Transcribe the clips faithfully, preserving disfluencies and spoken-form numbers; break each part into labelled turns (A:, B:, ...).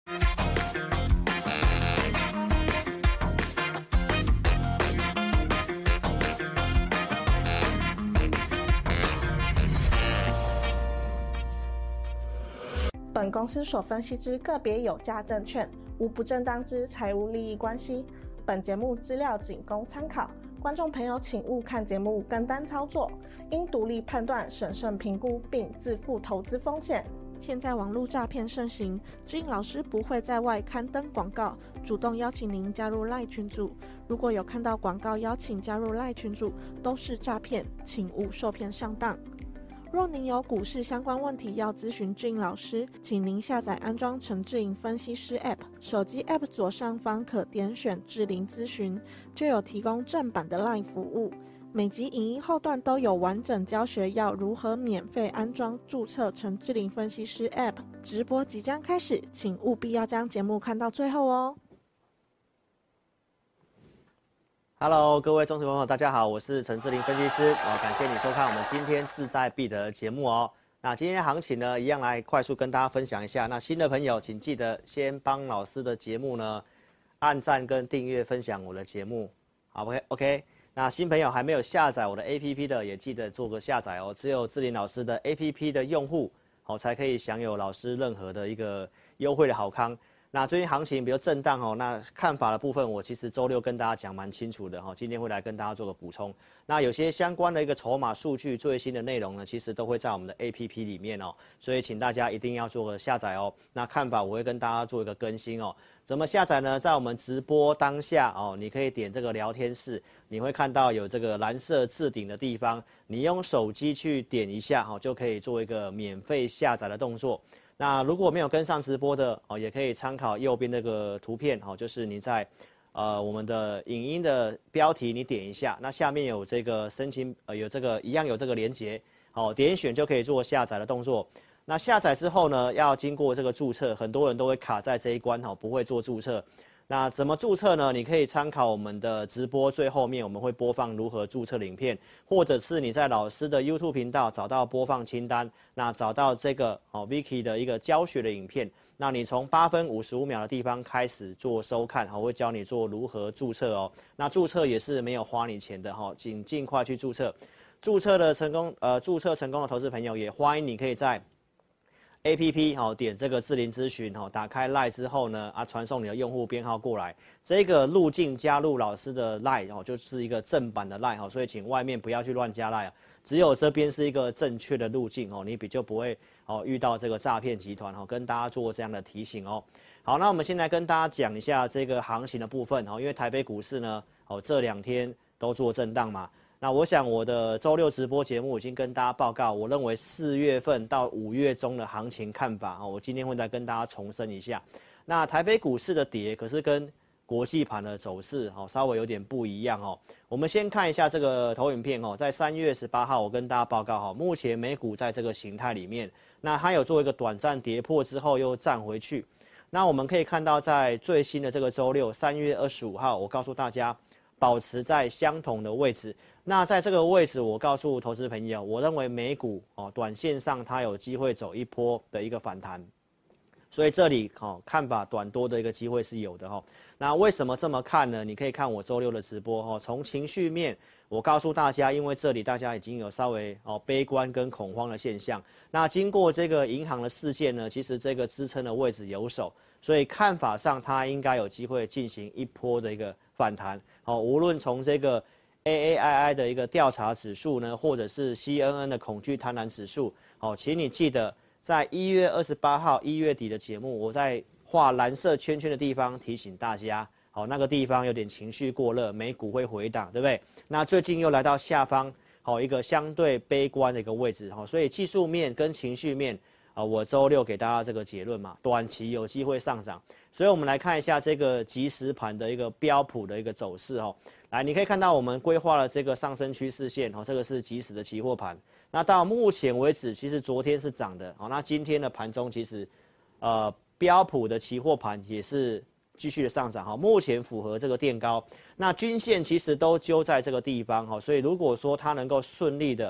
A: 本公司所分析之个别有价证券，无不正当之财务利益关系。本节目资料仅供参考，观众朋友请勿看节目跟单操作，应独立判断、审慎评估，并自负投资风险。现在网络诈骗盛行，志颖老师不会在外刊登广告，主动邀请您加入 LINE 群组。如果有看到广告邀请加入 LINE 群组，都是诈骗，请勿受骗上当。若您有股市相关问题要咨询志颖老师，请您下载安装陈志颖分析师 App， 手机 App 左上方可点选志玲咨询，就有提供正版的 LINE 服务。每集影音后段都有完整教学，要如何免费安装注册陈志玲分析师 App。直播即将开始，请务必要将节目看到最后哦。
B: Hello， 各位忠实朋友，大家好，我是陈志玲分析师哦，感谢你收看我们今天志在必得的节目哦。那今天行情呢，一样来快速跟大家分享一下。那新的朋友，请记得先帮老师的节目呢按赞跟订阅，分享我的节目，好 ，OK OK。那新朋友还没有下载我的 A P P 的，也记得做个下载哦。只有志玲老师的 A P P 的用户，好、哦、才可以享有老师任何的一个优惠的好康。那最近行情比较震荡哦，那看法的部分我其实周六跟大家讲蛮清楚的哈、哦，今天会来跟大家做个补充。那有些相关的一个筹码数据最新的内容呢，其实都会在我们的 A P P 里面哦，所以请大家一定要做个下载哦。那看法我会跟大家做一个更新哦。怎么下载呢？在我们直播当下哦，你可以点这个聊天室，你会看到有这个蓝色置顶的地方，你用手机去点一下哈、哦，就可以做一个免费下载的动作。那如果没有跟上直播的哦，也可以参考右边那个图片哦，就是你在呃我们的影音的标题你点一下，那下面有这个申请呃有这个一样有这个连结，好、哦、点选就可以做下载的动作。那下载之后呢，要经过这个注册，很多人都会卡在这一关哈、哦，不会做注册。那怎么注册呢？你可以参考我们的直播最后面，我们会播放如何注册的影片，或者是你在老师的 YouTube 频道找到播放清单，那找到这个哦 Vicky 的一个教学的影片，那你从八分五十五秒的地方开始做收看，我会教你做如何注册哦。那注册也是没有花你钱的哈，请尽快去注册。注册的成功，呃，注册成功的投资朋友也欢迎你可以在A P P 好、哦、点这个智霖咨询哦，打开 LINE 之后呢，啊传送你的用户编号过来，这个路径加入老师的 LINE 哦，就是一个正版的 LINE 哦，所以请外面不要去乱加 LINE 啊，只有这边是一个正确的路径哦，你比较不会哦遇到这个诈骗集团哦，跟大家做这样的提醒哦。好，那我们现在跟大家讲一下这个行情的部分哦，因为台北股市呢哦这两天都做震荡嘛。那我想我的周六直播节目已经跟大家报告，我认为四月份到五月中的行情看法哦，我今天会再跟大家重申一下。那台北股市的跌可是跟国际盘的走势哦稍微有点不一样哦。我们先看一下这个投影片哦，在三月十八号我跟大家报告哈，目前美股在这个形态里面，那它有做一个短暂跌破之后又站回去。那我们可以看到在最新的这个周六三月二十五号，我告诉大家保持在相同的位置。那在这个位置，我告诉投资朋友，我认为美股哦，短线上它有机会走一波的一个反弹，所以这里哦看法短多的一个机会是有的哈、哦。那为什么这么看呢？你可以看我周六的直播哦，从情绪面，我告诉大家，因为这里大家已经有稍微哦悲观跟恐慌的现象，那经过这个银行的事件呢，其实这个支撑的位置有守，所以看法上它应该有机会进行一波的一个反弹。好、哦，无论从这个A A I I 的一个调查指数呢，或者是 C N N 的恐惧贪婪指数，好，请你记得，在一月二十八号一月底的节目，我在画蓝色圈圈的地方提醒大家，好，那个地方有点情绪过热，美股会回档，对不对？那最近又来到下方，好一个相对悲观的一个位置，好，所以技术面跟情绪面，啊，我周六给大家这个结论嘛，短期有机会上涨，所以我们来看一下这个即时盘的一个标普的一个走势哦。来，你可以看到我们规划了这个上升趋势线，哦，这个是即时的期货盘。那到目前为止，其实昨天是涨的，哦，那今天的盘中其实，呃，标普的期货盘也是继续的上涨，哈，目前符合这个垫高。那均线其实都揪在这个地方，哈，所以如果说它能够顺利的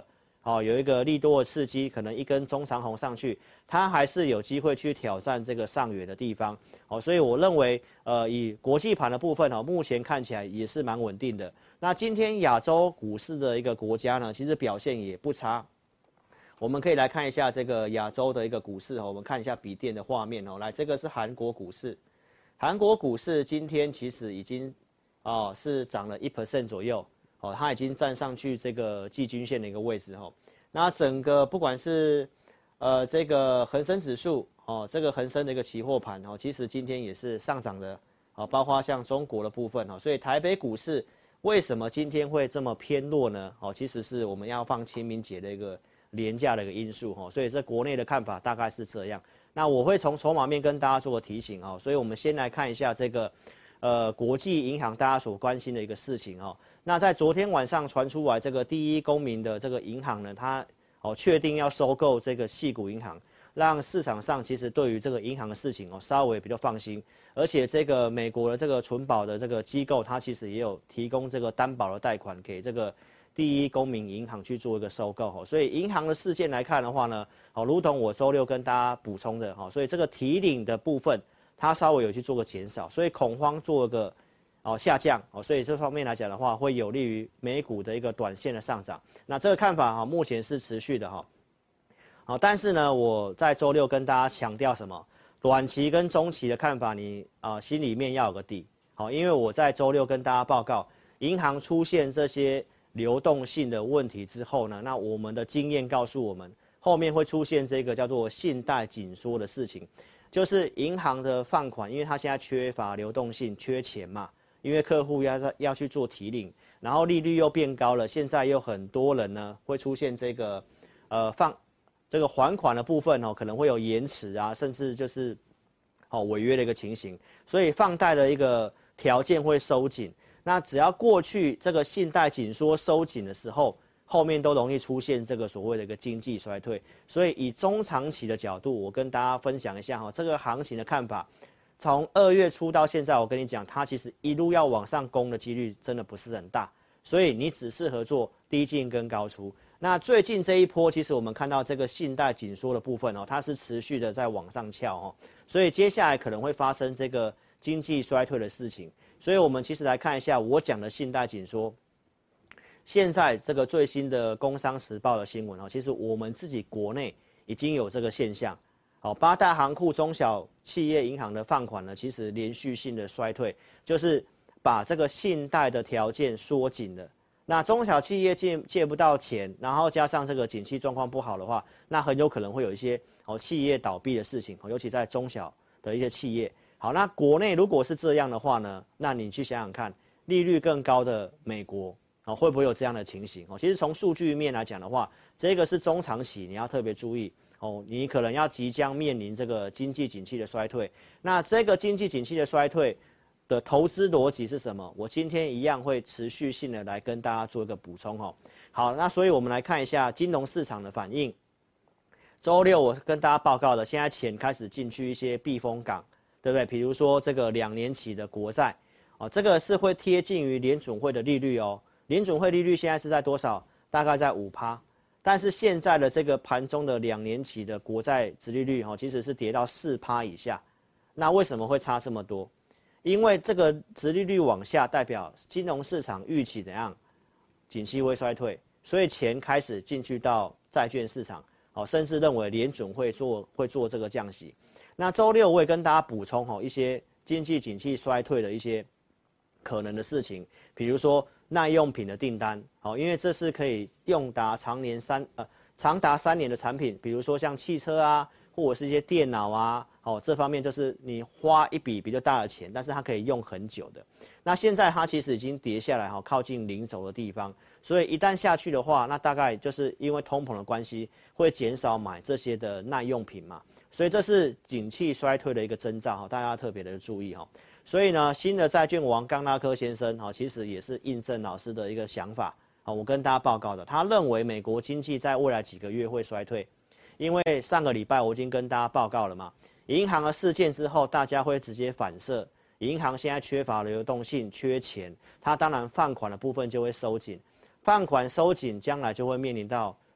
B: 哦，有一个利多的刺激，可能一根中长红上去，它还是有机会去挑战这个上缘的地方。哦，所以我认为，呃，以国际盘的部分哦，目前看起来也是蛮稳定的。那今天亚洲股市的一个国家呢，其实表现也不差。我们可以来看一下这个亚洲的一个股市哦，我们看一下笔电的画面哦。来，这个是韩国股市，韩国股市今天其实已经哦是涨了一 percent 左右哦，它已经站上去这个季均线的一个位置哦。那整个不管是呃这个恒生指数哦，这个恒生的一个期货盘哦，其实今天也是上涨的哦，包括像中国的部分哦，所以台北股市为什么今天会这么偏弱呢？哦，其实是我们要放清明节的一个廉价的一个因素哈，所以这国内的看法大概是这样。那我会从筹码面跟大家做个提醒哦，所以我们先来看一下这个呃国际银行大家所关心的一个事情哦。那在昨天晚上传出来这个第一公民的这个银行呢，它哦确定要收购这个矽谷银行，让市场上其实对于这个银行的事情哦稍微比较放心。而且这个美国的这个存保的这个机构，它其实也有提供这个担保的贷款给这个第一公民银行去做一个收购，所以银行的事件来看的话呢，好，如同我周六跟大家补充的，哈，所以这个提领的部分它稍微有去做个减少，所以恐慌做个哦下降，哦，所以这方面来讲的话，会有利于美股的一个短线的上涨。那这个看法哈，目前是持续的哈，好，但是呢，我在周六跟大家强调什么？短期跟中期的看法你，你啊、呃、心里面要有个底，好，因为我在周六跟大家报告，银行出现这些流动性的问题之后呢，那我们的经验告诉我们，后面会出现这个叫做信贷紧缩的事情，就是银行的放款，因为它现在缺乏流动性，缺钱嘛，因为客户要要去做提领，然后利率又变高了，现在又很多人呢会出现这个呃放。这个还款的部分哦，可能会有延迟啊，甚至就是哦违约的一个情形，所以放贷的一个条件会收紧。那只要过去这个信贷紧缩收紧的时候，后面都容易出现这个所谓的一个经济衰退。所以以中长期的角度，我跟大家分享一下哈，这个行情的看法。从二月初到现在，我跟你讲，它其实一路要往上攻的几率真的不是很大，所以你只适合做低进跟高出。那最近这一波，其实我们看到这个信贷紧缩的部分哦，它是持续的在往上翘哦，所以接下来可能会发生这个经济衰退的事情。所以我们其实来看一下我讲的信贷紧缩，现在这个最新的《工商时报》的新闻哦，其实我们自己国内已经有这个现象。好，八大行库、中小企业银行的放款呢，其实连续性的衰退，就是把这个信贷的条件缩紧了。那中小企业借借不到钱，然后加上这个景气状况不好的话，那很有可能会有一些哦企业倒闭的事情，尤其在中小的一些企业。好，那国内如果是这样的话呢，那你去想想看，利率更高的美国啊，会不会有这样的情形？哦，其实从数据面来讲的话，这个是中长期你要特别注意哦，你可能要即将面临这个经济景气的衰退。那这个经济景气的衰退的投资逻辑是什么？我今天一样会持续性的来跟大家做一个补充哦。好，那所以我们来看一下金融市场的反应。周六我跟大家报告的，现在钱开始进去一些避风港，对不对？比如说这个两年期的国债，哦，这个是会贴近于联准会的利率哦。联准会利率现在是在多少？大概在百分之五，但是现在的这个盘中的两年期的国债殖利率哦，其实是跌到百分之四以下。那为什么会差这么多？因为这个殖利率往下，代表金融市场预期怎样，景气会衰退，所以钱开始进去到债券市场，哦，甚至认为联准会做会做这个降息。那周六我也跟大家补充哦一些经济景气衰退的一些可能的事情，比如说耐用品的订单，好，因为这是可以用达常年三呃长达三年的产品，比如说像汽车啊，或者是一些电脑啊。哦，这方面就是你花一笔比较大的钱，但是它可以用很久的。那现在它其实已经跌下来，哈，靠近零轴的地方，所以一旦下去的话，那大概就是因为通膨的关系，会减少买这些的耐用品嘛。所以这是景气衰退的一个征兆，哈，大家要特别的注意哈。所以呢，新的债券王冈纳科先生，哈，其实也是印证老师的一个想法，好，我跟大家报告的，他认为美国经济在未来几个月会衰退，因为上个礼拜我已经跟大家报告了嘛。银行的事件之后，大家会直接反射，银行现在缺乏流动性，缺钱，它当然放款的部分就会收紧，放款收紧，将来就会面临到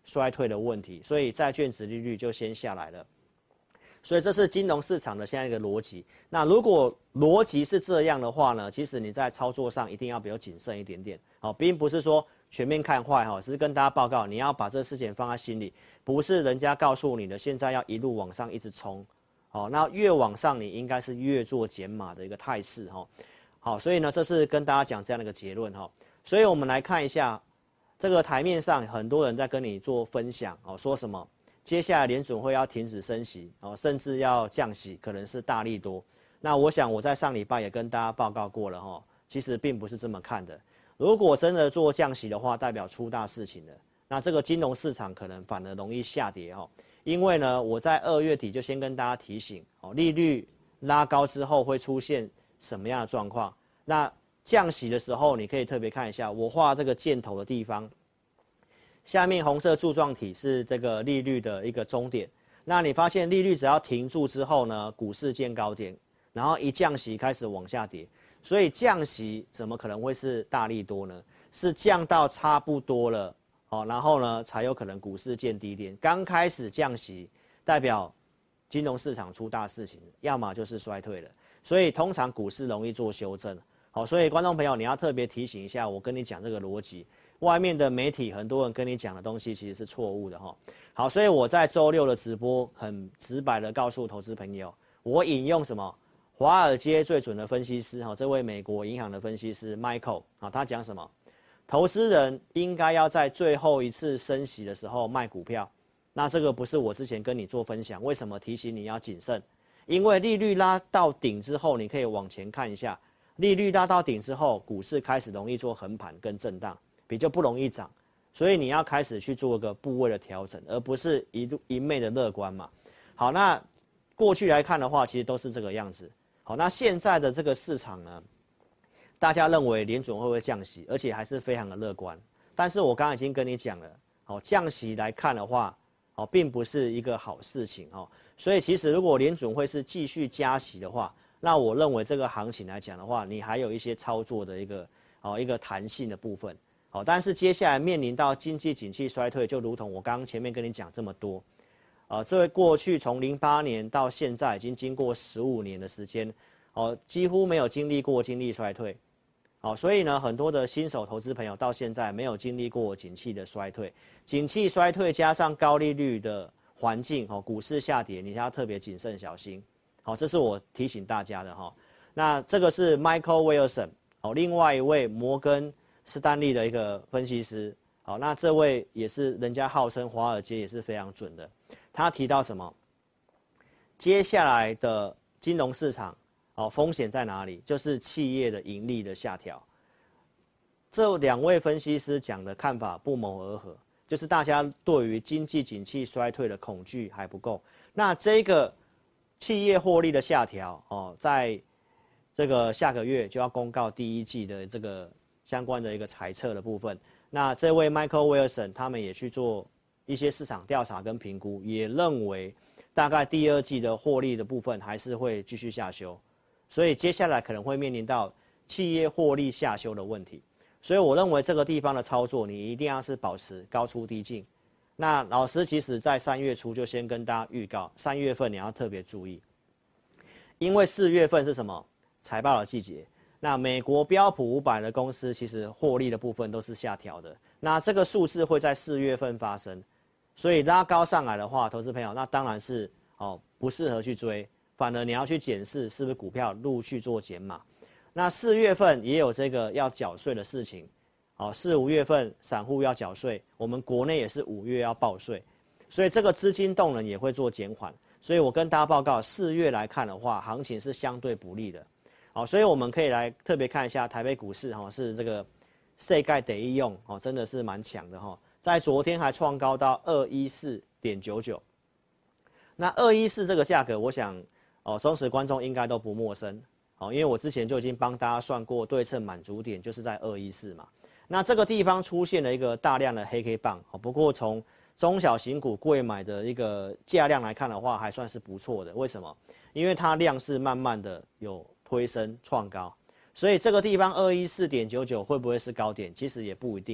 B: 衰退的问题，所以债券殖利率就先下来了。所以这是金融市场的现在一个逻辑。那如果逻辑是这样的话呢，其实你在操作上一定要比较谨慎一点点，好，并不是说全面看坏哈，只是跟大家报告，你要把这事情放在心里，不是人家告诉你的，现在要一路往上一直冲，好，那越往上你应该是越做减码的一个态势哈。好，所以呢，这是跟大家讲这样的一个结论哈。所以我们来看一下，这个台面上很多人在跟你做分享哦，说什么接下来联准会要停止升息哦，甚至要降息，可能是大利多。那我想我在上礼拜也跟大家报告过了哈，其实并不是这么看的。如果真的做降息的话，代表出大事情了。那这个金融市场可能反而容易下跌哈，因为呢，我在二月底就先跟大家提醒哦，利率拉高之后会出现什么样的状况？那降息的时候，你可以特别看一下，我画这个箭头的地方，下面红色柱状体是这个利率的一个终点。那你发现利率只要停住之后呢，股市见高点，然后一降息开始往下跌。所以降息怎么可能会是大利多呢？是降到差不多了，哦，然后呢才有可能股市见低点。刚开始降息，代表金融市场出大事情，要么就是衰退了。所以通常股市容易做修正。好，所以观众朋友你要特别提醒一下，我跟你讲这个逻辑，外面的媒体很多人跟你讲的东西其实是错误的哈。好，所以我在周六的直播很直白的告诉投资朋友，我引用什么？华尔街最准的分析师哈，这位美国银行的分析师 Michael 啊，他讲什么？投资人应该要在最后一次升息的时候卖股票。那这个不是我之前跟你做分享，为什么提醒你要谨慎？因为利率拉到顶之后，你可以往前看一下，利率拉到顶之后，股市开始容易做横盘跟震荡，比较不容易涨，所以你要开始去做一个部位的调整，而不是一一昧的乐观嘛。好，那过去来看的话，其实都是这个样子。好，那现在的这个市场呢，大家认为联准会不会降息，而且还是非常的乐观。但是我刚刚已经跟你讲了，好，降息来看的话，好，并不是一个好事情哦。所以其实如果联准会是继续加息的话，那我认为这个行情来讲的话，你还有一些操作的一个哦一个弹性的部分。好，但是接下来面临到经济景气衰退，就如同我刚刚前面跟你讲这么多。呃，这位过去从零八年到现在已经经过十五年的时间，哦，几乎没有经历过经济衰退，哦，所以呢，很多的新手投资朋友到现在没有经历过景气的衰退，景气衰退加上高利率的环境，哦，股市下跌，你要特别谨慎小心，好，这是我提醒大家的哈。那这个是 Michael Wilson， 哦，另外一位摩根斯丹利的一个分析师，好，那这位也是人家号称华尔街也是非常准的。他提到什么？接下来的金融市场，哦，风险在哪里？就是企业的盈利的下调。这两位分析师讲的看法不谋而合，就是大家对于经济景气衰退的恐惧还不够。那这个企业获利的下调，哦，在这个下个月就要公告第一季的这个相关的一个财测的部分。那这位 Michael Wilson 他们也去做一些市场调查跟评估，也认为大概第二季的获利的部分还是会继续下修，所以接下来可能会面临到企业获利下修的问题。所以我认为这个地方的操作，你一定要是保持高出低进。那老师其实在三月初就先跟大家预告，三月份你要特别注意，因为四月份是什么？财报的季节。那美国标普五百的公司其实获利的部分都是下调的，那这个数字会在四月份发生。所以拉高上来的话，投资朋友，那当然是哦不适合去追，反而你要去检视是不是股票陆续做减码。那四月份也有这个要缴税的事情，哦四五月份散户要缴税，我们国内也是五月要报税，所以这个资金动能也会做减缓。所以我跟大家报告，四月来看的话，行情是相对不利的。好，所以我们可以来特别看一下台北股市哈，是这个世界第一用哦，真的是蛮强的哈。在昨天还创高到二一四点九九，那二一四这个价格，我想哦，忠实观众应该都不陌生哦，因为我之前就已经帮大家算过对称满足点，就是在二一四嘛。那这个地方出现了一个大量的黑 K 棒哦，不过从中小型股贵买的一个价量来看的话，还算是不错的。为什么？因为它量是慢慢的有推升创高，所以这个地方二一四点九九会不会是高点？其实也不一定。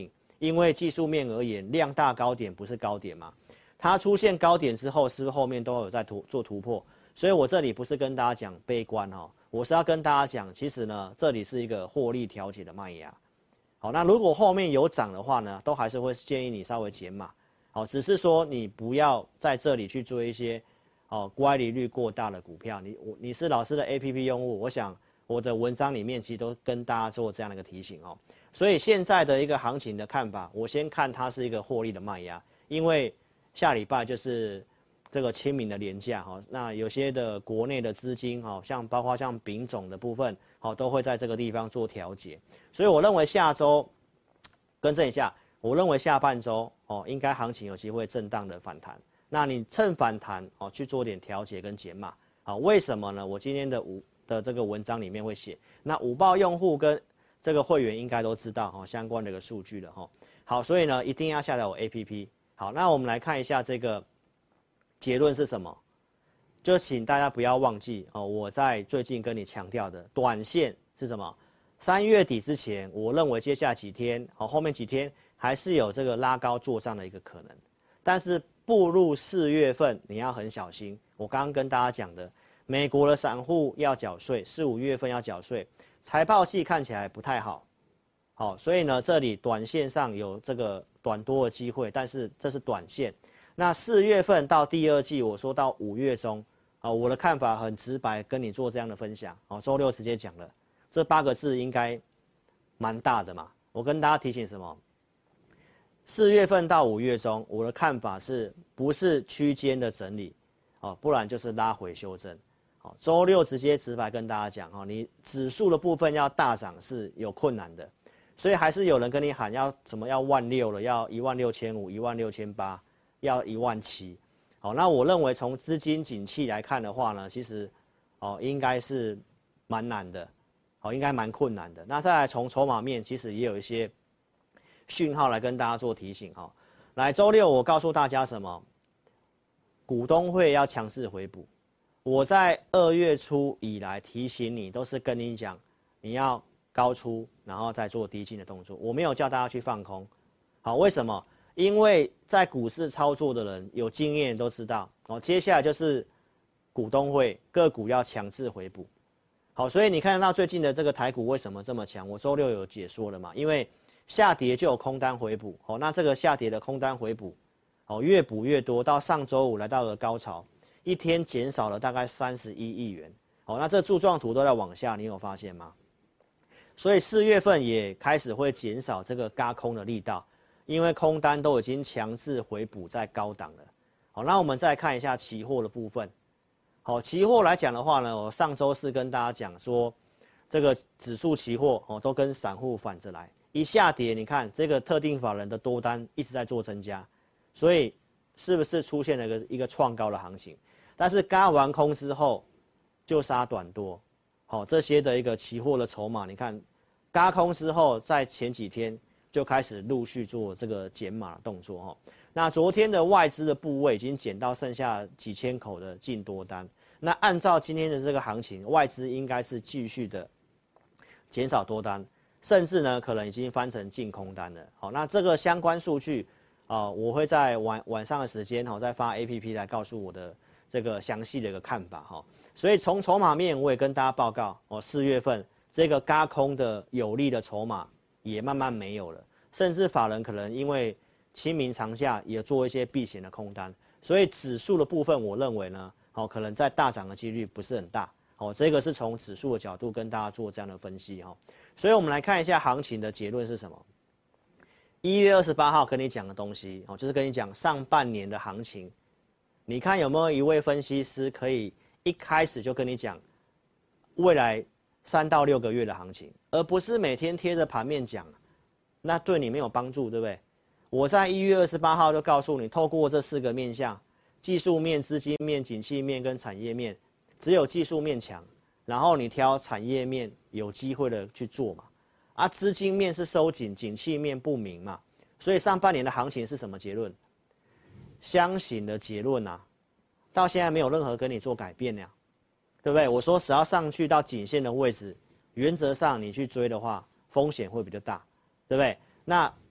B: 因为技术面而言，量大高点不是高点嘛？它出现高点之后，是不是后面都有在突做突破？所以我这里不是跟大家讲悲观哈，我是要跟大家讲，其实呢，这里是一个获利调节的卖压。好，那如果后面有涨的话呢，都还是会建议你稍微减码。好，只是说你不要在这里去做一些哦乖离率过大的股票。你我你是老师的 A P P 用户，我想我的文章里面其实都跟大家做这样的一个提醒哦。所以现在的一个行情的看法，我先看它是一个获利的卖压，因为下礼拜就是这个清明的连假哈，那有些的国内的资金哈，像包括像丙种的部分，好都会在这个地方做调节，所以我认为下周更正一下，我认为下半周哦应该行情有机会震荡的反弹，那你趁反弹哦去做点调节跟减码，好，为什么呢？我今天的五的这个文章里面会写，那五报用户跟这个会员应该都知道哈相关的一个数据了哈，好，所以呢一定要下载我 A P P。好，那我们来看一下这个结论是什么？就请大家不要忘记哦，我在最近跟你强调的短线是什么？三月底之前，我认为接下来几天，好，后面几天还是有这个拉高做账的一个可能。但是步入四月份，你要很小心。我刚刚跟大家讲的，美国的散户要缴税，四五月份要缴税，财报季看起来不太好。好，所以呢，这里短线上有这个短多的机会，但是这是短线。那四月份到第二季，我说到五月中，啊，我的看法很直白，跟你做这样的分享。哦，周六直接讲了，这八个字应该蛮大的嘛。我跟大家提醒什么？四月份到五月中，我的看法是不是区间的整理？哦，不然就是拉回修正。好，周六直接直白跟大家讲，哦，你指数的部分要大涨是有困难的。所以还是有人跟你喊要什么要万六了，要一万六千五、一万六千八，要一万七。好，那我认为从资金景气来看的话呢，其实哦应该是蛮难的，哦应该蛮困难的。那再来从筹码面，其实也有一些讯号来跟大家做提醒哈。来周六我告诉大家什么？股东会要强势回补。我在二月初以来提醒你，都是跟你讲你要高出，然后再做低进的动作。我没有叫大家去放空，好，为什么？因为在股市操作的人有经验都知道，哦，接下来就是股东会，个股要强制回补。好，所以你看到最近的这个台股为什么这么强？我周六有解说了嘛，因为下跌就有空单回补，哦，那这个下跌的空单回补，哦，越补越多，到上周五来到了高潮，一天减少了大概三十一亿元，哦，那这柱状图都在往下，你有发现吗？所以四月份也开始会减少这个軋空的力道，因为空单都已经强制回补在高档了。好，那我们再看一下期货的部分。好，期货来讲的话呢，我上周四跟大家讲说，这个指数期货哦都跟散户反着来，一下跌，你看这个特定法人的多单一直在做增加，所以是不是出现了一个一个创高的行情？但是軋完空之后就杀短多。好，这些的一个期货的筹码，你看，軋空之后，在前几天就开始陆续做这个减码动作哈。那昨天的外资的部位已经减到剩下几千口的净多单。那按照今天的这个行情，外资应该是继续的减少多单，甚至呢可能已经翻成净空单了。好，那这个相关数据啊、呃，我会在晚晚上的时间哈，再发 A P P 来告诉我的这个详细的一个看法哈。所以从筹码面，我也跟大家报告哦，四月份这个軋空的有利的筹码也慢慢没有了，甚至法人可能因为清明长假也做一些避险的空单，所以指数的部分，我认为呢，哦，可能在大涨的几率不是很大，哦，这个是从指数的角度跟大家做这样的分析哈。所以我们来看一下行情的结论是什么。一月二十八号跟你讲的东西，哦，就是跟你讲上半年的行情，你看有没有一位分析师可以一开始就跟你讲未来三到六个月的行情，而不是每天贴着盘面讲，那对你没有帮助，对不对？我在一月二十八号就告诉你，透过这四个面向，技术面、资金面、景气面跟产业面，只有技术面强，然后你挑产业面有机会的去做嘛。啊，资金面是收紧，景气面不明嘛，所以上半年的行情是什么结论？箱型的结论啊。到现在没有任何跟你做改变呀，对不对？我说只要上去到颈线的位置，原则上你去追的话，风险会比较大，对不对？那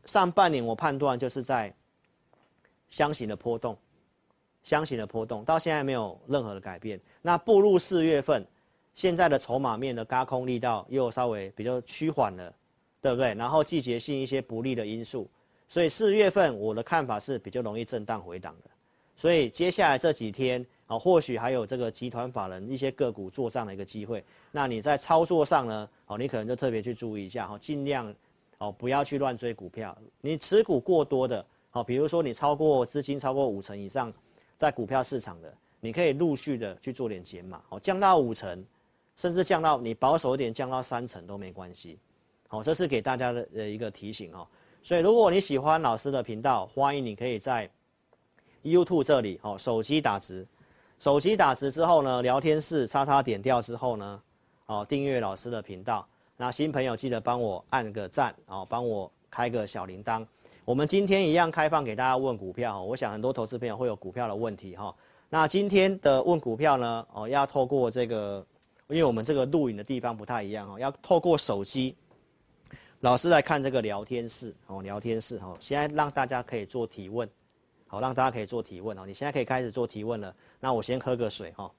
B: 上半年我判断就是在箱型的波动，箱型的波动到现在没有任何的改变。那步入四月份，现在的筹码面的軋空力道又稍微比较趋缓了，对不对？然后季节性一些不利的因素，所以四月份我的看法是比较容易震荡回档的。所以接下来这几天啊，或许还有这个集团法人一些个股做账的一个机会。那你在操作上呢，哦，你可能就特别去注意一下哈，尽量哦不要去乱追股票。你持股过多的，好，比如说你超过资金超过五成以上，在股票市场的，你可以陆续的去做点减码，哦，降到五成，甚至降到你保守一点，降到三成都没关系。好，这是给大家的呃一个提醒哦。所以如果你喜欢老师的频道，欢迎你可以在 YouTube 这里，哦，手机打直，手机打直之后呢，聊天室叉叉点掉之后呢，哦，订阅老师的频道。那新朋友记得帮我按个赞，哦，帮我开个小铃铛。我们今天一样开放给大家问股票，我想很多投资朋友会有股票的问题哈。那今天的问股票呢，哦，要透过这个，因为我们这个录影的地方不太一样哦，要透过手机，老师来看这个聊天室哦，聊天室哦，现在让大家可以做提问，好，让大家可以做提问哦。你现在可以开始做提问了。那我先喝个水哈。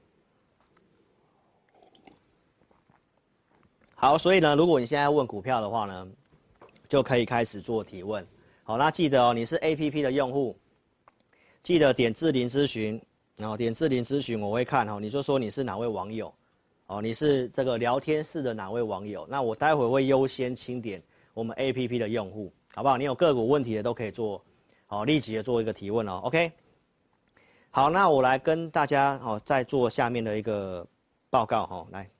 B: 好，所以呢，如果你现在问股票的话呢，就可以开始做提问。好，那记得哦，你是 A P P 的用户，记得点智霖咨询，然后点智霖咨询，我会看哦，你就说你是哪位网友，哦，你是这个聊天室的哪位网友，那我待会会优先清点我们 A P P 的用户，好不好？你有个股问题的都可以做，好，立即的做一个提问哦 ，OK。好，那我来跟大家哦，再做下面的一个报告哦，来。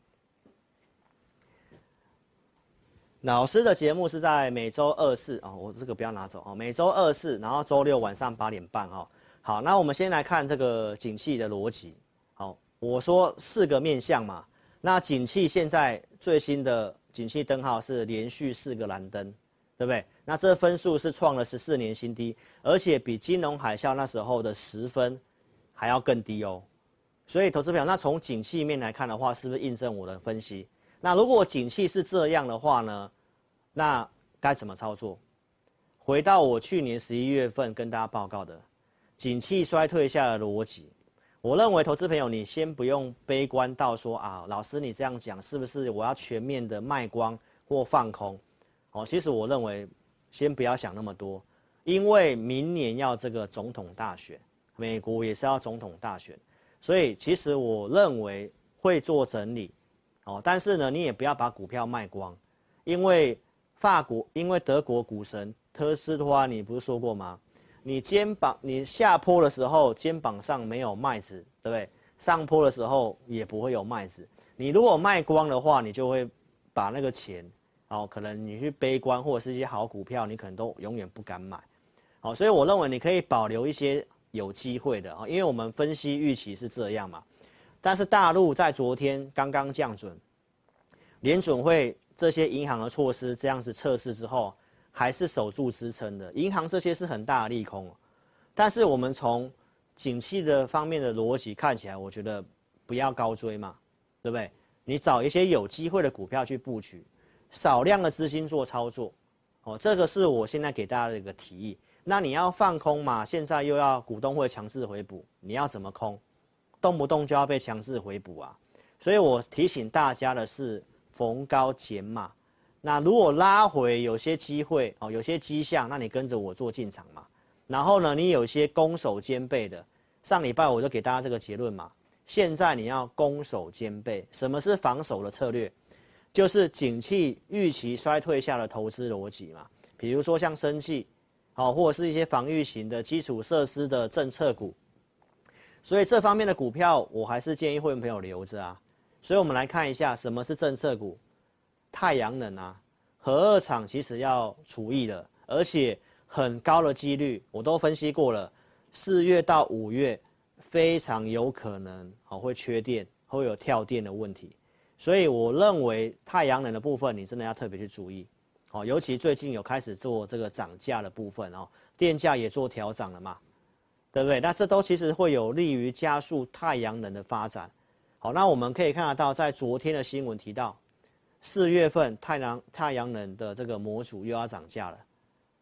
B: 老师的节目是在每周二四哦，我这个不要拿走哦，每周二四，然后周六晚上八点半哦。好，那我们先来看这个景气的逻辑。好，我说四个面向嘛，那景气现在最新的景气灯号是连续四个蓝灯，对不对？那这分数是创了十四年新低，而且比金融海啸那时候的十分还要更低哦。所以投资朋友，那从景气面来看的话，是不是印证我的分析？那如果景气是这样的话呢，那该怎么操作？回到我去年十一月份跟大家报告的景气衰退下的逻辑，我认为投资朋友你先不用悲观到说啊，老师你这样讲是不是我要全面的卖光或放空？哦，其实我认为先不要想那么多，因为明年要这个总统大选，美国也是要总统大选，所以其实我认为会做整理。哦，但是呢，你也不要把股票卖光，因为法国，因为德国股神特斯拉，你不是说过吗？你肩膀，你下坡的时候肩膀上没有麦子，对不对？上坡的时候也不会有麦子。你如果卖光的话，你就会把那个钱，哦，可能你去悲观或者是一些好股票，你可能都永远不敢买。好，所以我认为你可以保留一些有机会的啊，因为我们分析预期是这样嘛。但是大陆在昨天刚刚降准，联准会这些银行的措施这样子测试之后，还是守住支撑的。银行这些是很大的利空，但是我们从景气的方面的逻辑看起来，我觉得不要高追嘛，对不对？你找一些有机会的股票去布局，少量的资金做操作，哦，这个是我现在给大家的一个提议。那你要放空嘛，现在又要股东会强制回补，你要怎么空？动不动就要被强制回补啊，所以我提醒大家的是逢高减码。那如果拉回有些机会哦，有些迹象，那你跟着我做进场嘛。然后呢，你有些攻守兼备的，上礼拜我就给大家这个结论嘛。现在你要攻守兼备，什么是防守的策略？就是景气预期衰退下的投资逻辑嘛。比如说像生技，好，或者是一些防御型的基础设施的政策股。所以这方面的股票，我还是建议会员朋友留着啊。所以我们来看一下什么是政策股，太阳能啊，核二厂其实要除役了，而且很高的几率，我都分析过了，四月到五月非常有可能好会缺电，会有跳电的问题。所以我认为太阳能的部分，你真的要特别去注意，好，尤其最近有开始做这个涨价的部分哦，电价也做调涨了嘛。对不对？那这都其实会有利于加速太阳能的发展。好，那我们可以看得到，在昨天的新闻提到，四月份太阳太阳能的这个模组又要涨价了。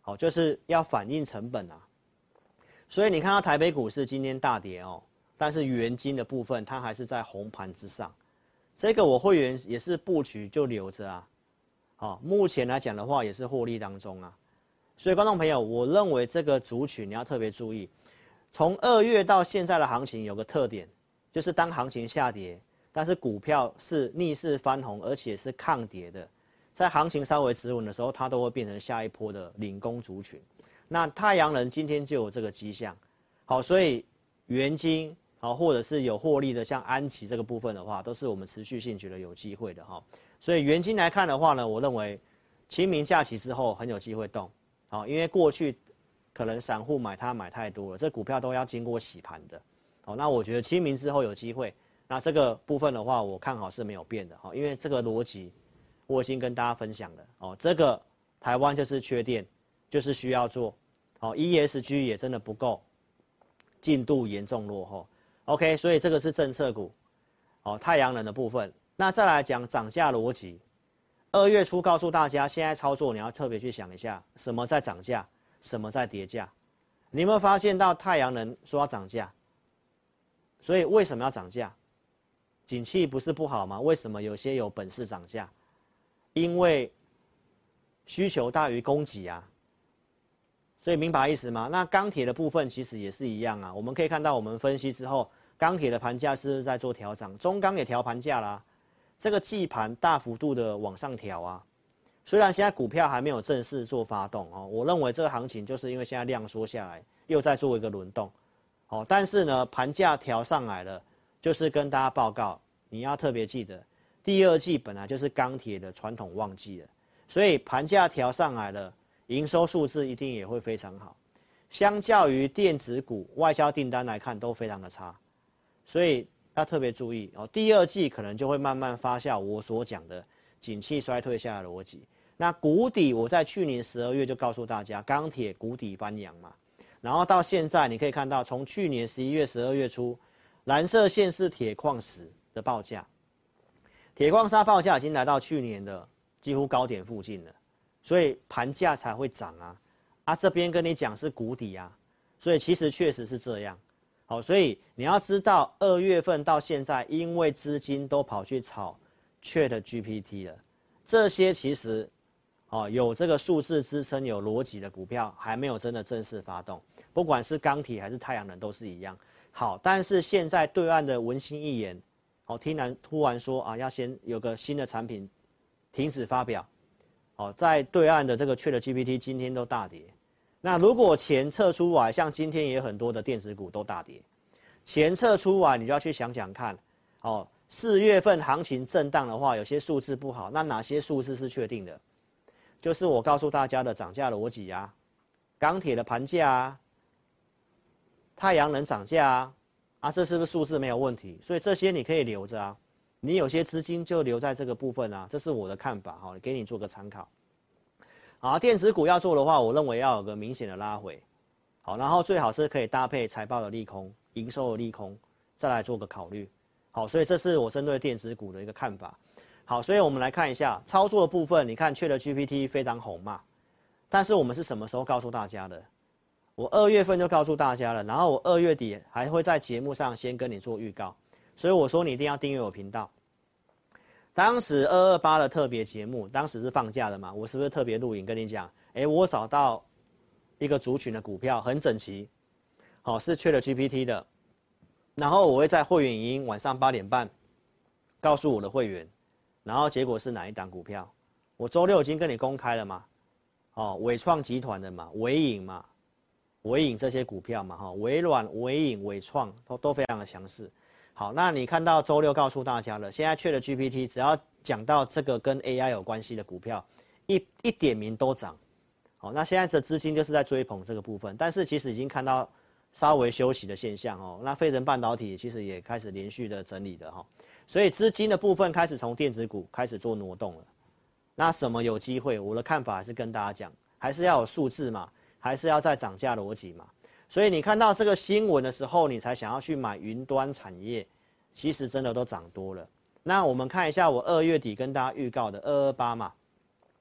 B: 好，就是要反映成本啊。所以你看到台北股市今天大跌哦，但是元金的部分它还是在红盘之上，这个我会员也是布局就留着啊。好，目前来讲的话也是获利当中啊。所以观众朋友，我认为这个族群你要特别注意，从二月到现在的行情有个特点，就是当行情下跌，但是股票是逆势翻红，而且是抗跌的，在行情稍微止稳的时候，它都会变成下一波的领攻族群。那太阳能今天就有这个迹象，好，所以元晶好，或者是有获利的，像安琪这个部分的话，都是我们持续性觉得有机会的哈。所以元晶来看的话呢，我认为清明假期之后很有机会动，好，因为过去可能散户买它买太多了，这股票都要经过洗盘的，好，那我觉得清明之后有机会，那这个部分的话，我看好是没有变的哈，因为这个逻辑我已经跟大家分享了哦，这个台湾就是缺电。就是需要做，好 ，E S G 也真的不够，进度严重落后 ，OK， 所以这个是政策股，好，太阳能的部分。那再来讲涨价逻辑，二月初告诉大家，现在操作你要特别去想一下，什么在涨价，什么在跌价。你有没有发现到太阳能说要涨价？所以为什么要涨价？景气不是不好吗？为什么有些有本事涨价？因为需求大于供给啊。所以明白意思吗？那钢铁的部分其实也是一样啊。我们可以看到，我们分析之后，钢铁的盘价是不是在做调整？中钢也调盘价啦，这个季盘大幅度的往上调啊。虽然现在股票还没有正式做发动哦，我认为这个行情就是因为现在量缩下来，又在做一个轮动，哦，但是呢，盘价调上来了，就是跟大家报告，你要特别记得，第二季本来就是钢铁的传统旺季了，所以盘价调上来了。营收数字一定也会非常好，相较于电子股外销订单来看都非常的差，所以要特别注意哦。第二季可能就会慢慢发酵我所讲的景气衰退下的逻辑。那谷底我在去年十二月就告诉大家，钢铁谷底翻扬嘛，然后到现在你可以看到，从去年十一月、十二月初，蓝色线是铁矿石的报价，铁矿砂报价已经来到去年的几乎高点附近了。所以盘价才会涨啊，啊这边跟你讲是谷底啊，所以其实确实是这样，好，所以你要知道二月份到现在，因为资金都跑去炒 Chat G P T 了，这些其实，哦有这个数字支撑、有逻辑的股票还没有真的正式发动，不管是钢铁还是太阳能都是一样。好，但是现在对岸的文心一言，哦突然突然说啊要先有个新的产品停止发表。哦，在对岸的这个 Chat G P T 今天都大跌，那如果钱撤出来，像今天也有很多的电子股都大跌，钱撤出来，你就要去想想看，哦，四月份行情震荡的话，有些数字不好，那哪些数字是确定的？就是我告诉大家的涨价逻辑啊，钢铁的盘价啊，太阳能涨价啊，啊，这是不是数字没有问题？所以这些你可以留着啊。你有些资金就留在这个部分啊，这是我的看法哈，给你做个参考。好，电子股要做的话，我认为要有个明显的拉回，好，然后最好是可以搭配财报的利空、营收的利空，再来做个考虑。好，所以这是我针对电子股的一个看法。好，所以我们来看一下操作的部分，你看Chat G P T非常红嘛，但是我们是什么时候告诉大家的？我二月份就告诉大家了，然后我二月底还会在节目上先跟你做预告。所以我说你一定要订阅我频道。当时二二八的特别节目，当时是放假的嘛，我是不是特别录影跟你讲？哎，我找到一个族群的股票很整齐，好、哦、是Chat G P T的，然后我会在会员影音晚上八点半告诉我的会员，然后结果是哪一档股票？我周六已经跟你公开了嘛，哦，伟创集团的嘛，伟影嘛，伟影这些股票嘛，哈、哦，微软、伟影、伟创都都非常的强势。好，那你看到周六告诉大家了，现在Chat G P T只要讲到这个跟 A I 有关系的股票，一一点名都涨。好，那现在的资金就是在追捧这个部分，但是其实已经看到稍微休息的现象哦。那费城半导体其实也开始连续的整理的哈，所以资金的部分开始从电子股开始做挪动了。那什么有机会？我的看法还是跟大家讲，还是要有数字嘛，还是要在涨价逻辑嘛。所以你看到这个新闻的时候，你才想要去买云端产业，其实真的都涨多了。那我们看一下我二月底跟大家预告的二二八嘛，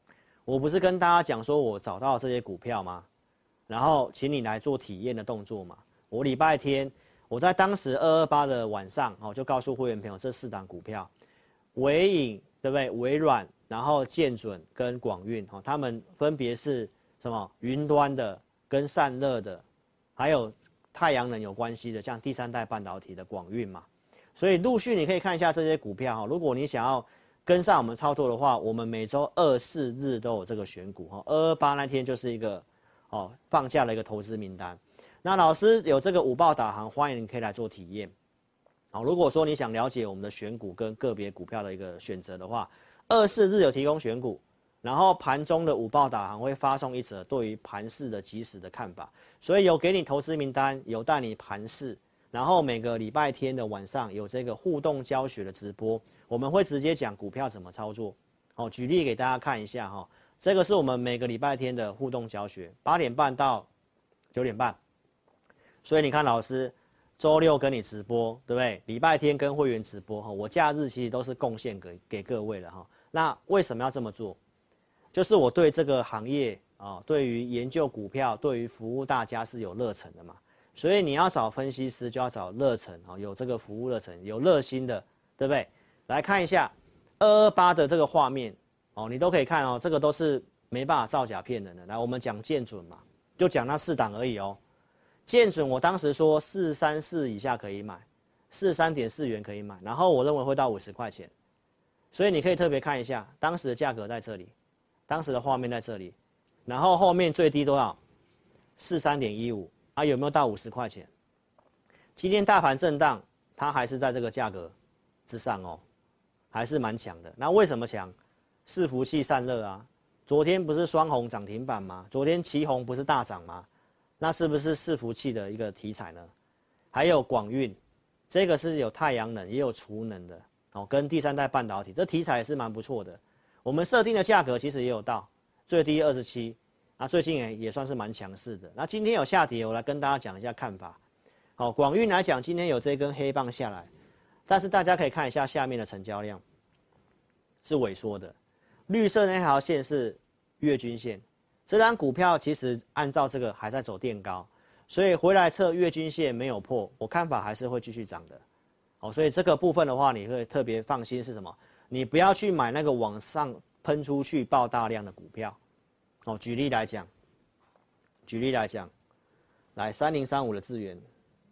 B: 我不是跟大家讲说我找到这些股票吗？然后请你来做体验的动作嘛。我礼拜天我在当时二二八的晚上哦，就告诉会员朋友这四档股票，微影对不对？微软，然后建准跟广运哦，他们分别是什么？云端的跟散热的，还有太阳能有关系的，像第三代半导体的广运嘛。所以陆续你可以看一下这些股票哈，如果你想要跟上我们操作的话，我们每周二四日都有这个选股哈，二二八那天就是一个哦放假的一个投资名单。那老师有这个午报导航，欢迎你可以来做体验。好，如果说你想了解我们的选股跟个别股票的一个选择的话，二四日有提供选股，然后盘中的午报导航会发送一则对于盘势的即时的看法，所以有给你投资名单，有带你盘势，然后每个礼拜天的晚上有这个互动教学的直播，我们会直接讲股票怎么操作。好，举例给大家看一下哈，这个是我们每个礼拜天的互动教学，八点半到九点半。所以你看，老师周六跟你直播，对不对？礼拜天跟会员直播哈，我假日其实都是贡献给给各位了哈。那为什么要这么做？就是我对这个行业啊，对于研究股票，对于服务大家是有热忱的嘛。所以你要找分析师，就要找热忱啊，有这个服务热忱，有热心的，对不对？来看一下二二八的这个画面哦，你都可以看哦，这个都是没办法造假骗人的。来，我们讲建准嘛，就讲那四档而已哦。建准我当时说四三四以下可以买，四三点四元可以买，然后我认为会到五十块钱，所以你可以特别看一下当时的价格在这里，当时的画面在这里，然后后面最低多少？四三点一五啊，有没有到五十块钱？今天大盘震荡，它还是在这个价格之上哦，还是蛮强的。那为什么强？伺服器散热啊，昨天不是双红涨停板吗？昨天旗红不是大涨吗？那是不是伺服器的一个题材呢？还有广运，这个是有太阳能也有储能的哦，跟第三代半导体，这题材也是蛮不错的。我们设定的价格其实也有到最低二十七，那最近也也算是蛮强势的。那今天有下跌，我来跟大家讲一下看法。好，广运来讲，今天有这根黑棒下来，但是大家可以看一下下面的成交量是萎缩的，绿色那条线是月均线。这张股票其实按照这个还在走垫高，所以回来测月均线没有破，我看法还是会继续涨的。哦，所以这个部分的话，你会特别放心是什么？你不要去买那个往上喷出去爆大量的股票。哦，举例来讲，举例来讲，来三零三五的智原，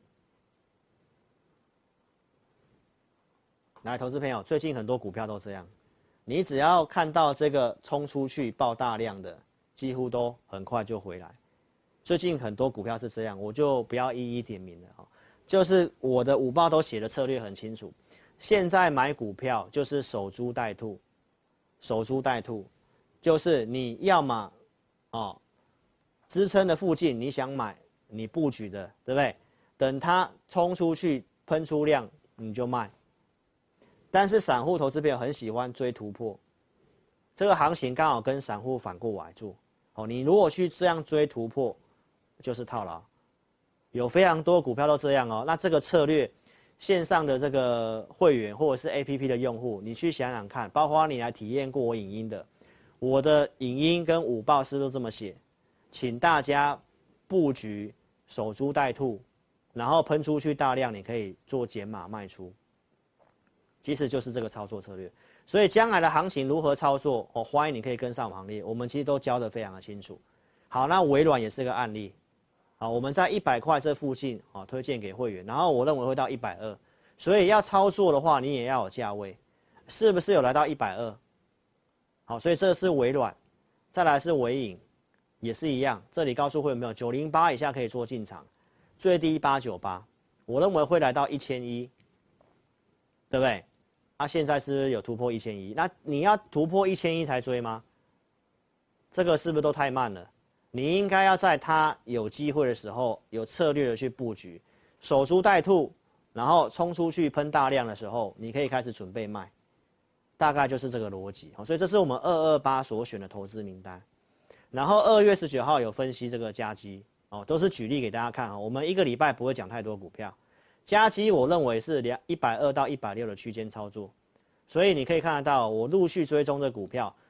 B: 来投资朋友，最近很多股票都这样，你只要看到这个冲出去爆大量的。几乎都很快就回来，最近很多股票是这样，我就不要一一点名了哈。就是我的午报都写的策略很清楚，现在买股票就是守株待兔，守株待兔，就是你要么哦支撑的附近你想买，你布局的，对不对？等它冲出去喷出量你就卖。但是散户投资朋友很喜欢追突破，这个行情刚好跟散户反过来做。哦，你如果去这样追突破，就是套牢，有非常多股票都这样哦。那这个策略，线上的这个会员或者是 A P P 的用户，你去想想看，包括你来体验过我影音的，我的影音跟午报是都这么写，请大家布局守株待兔，然后喷出去大量，你可以做减码卖出，其实就是这个操作策略。所以将来的行情如何操作，哦，欢迎你可以跟上行列，我们其实都教得非常的清楚。好，那微软也是个案例，好，我们在一百块这附近，哦，推荐给会员，然后我认为会到一百二，所以要操作的话，你也要有价位，是不是有来到一百二？好，所以这是微软，再来是微影，也是一样，这里告诉会员没有九零八以下可以做进场，最低八九八，我认为会来到一千一，对不对？啊，现在是不是有突破一千一？那你要突破一千一才追吗？这个是不是都太慢了？你应该要在它有机会的时候，有策略的去布局，守株待兔，然后冲出去喷大量的时候，你可以开始准备卖，大概就是这个逻辑。所以这是我们二二八所选的投资名单。然后二月十九号有分析这个佳基，哦，都是举例给大家看。我们一个礼拜不会讲太多股票。佳基我认为是两一百二到一百六的区间操作，所以你可以看得到，我陆续追踪的股票，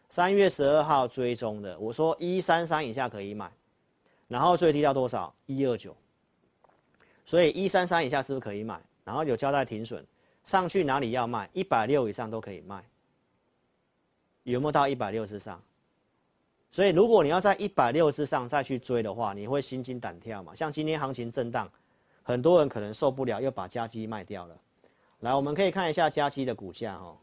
B: 三月十二号追踪的，我说一三三以下可以买，然后最低到多少？一二九，所以一三三以下是不是可以买？然后有交代停损，上去哪里要卖？一百六以上都可以卖，有没有到一百六之上？所以如果你要在一百六之上再去追的话，你会心惊胆跳嘛？像今天行情震荡，很多人可能受不了，又把嘉基卖掉了。来，我们可以看一下嘉基的股价哦。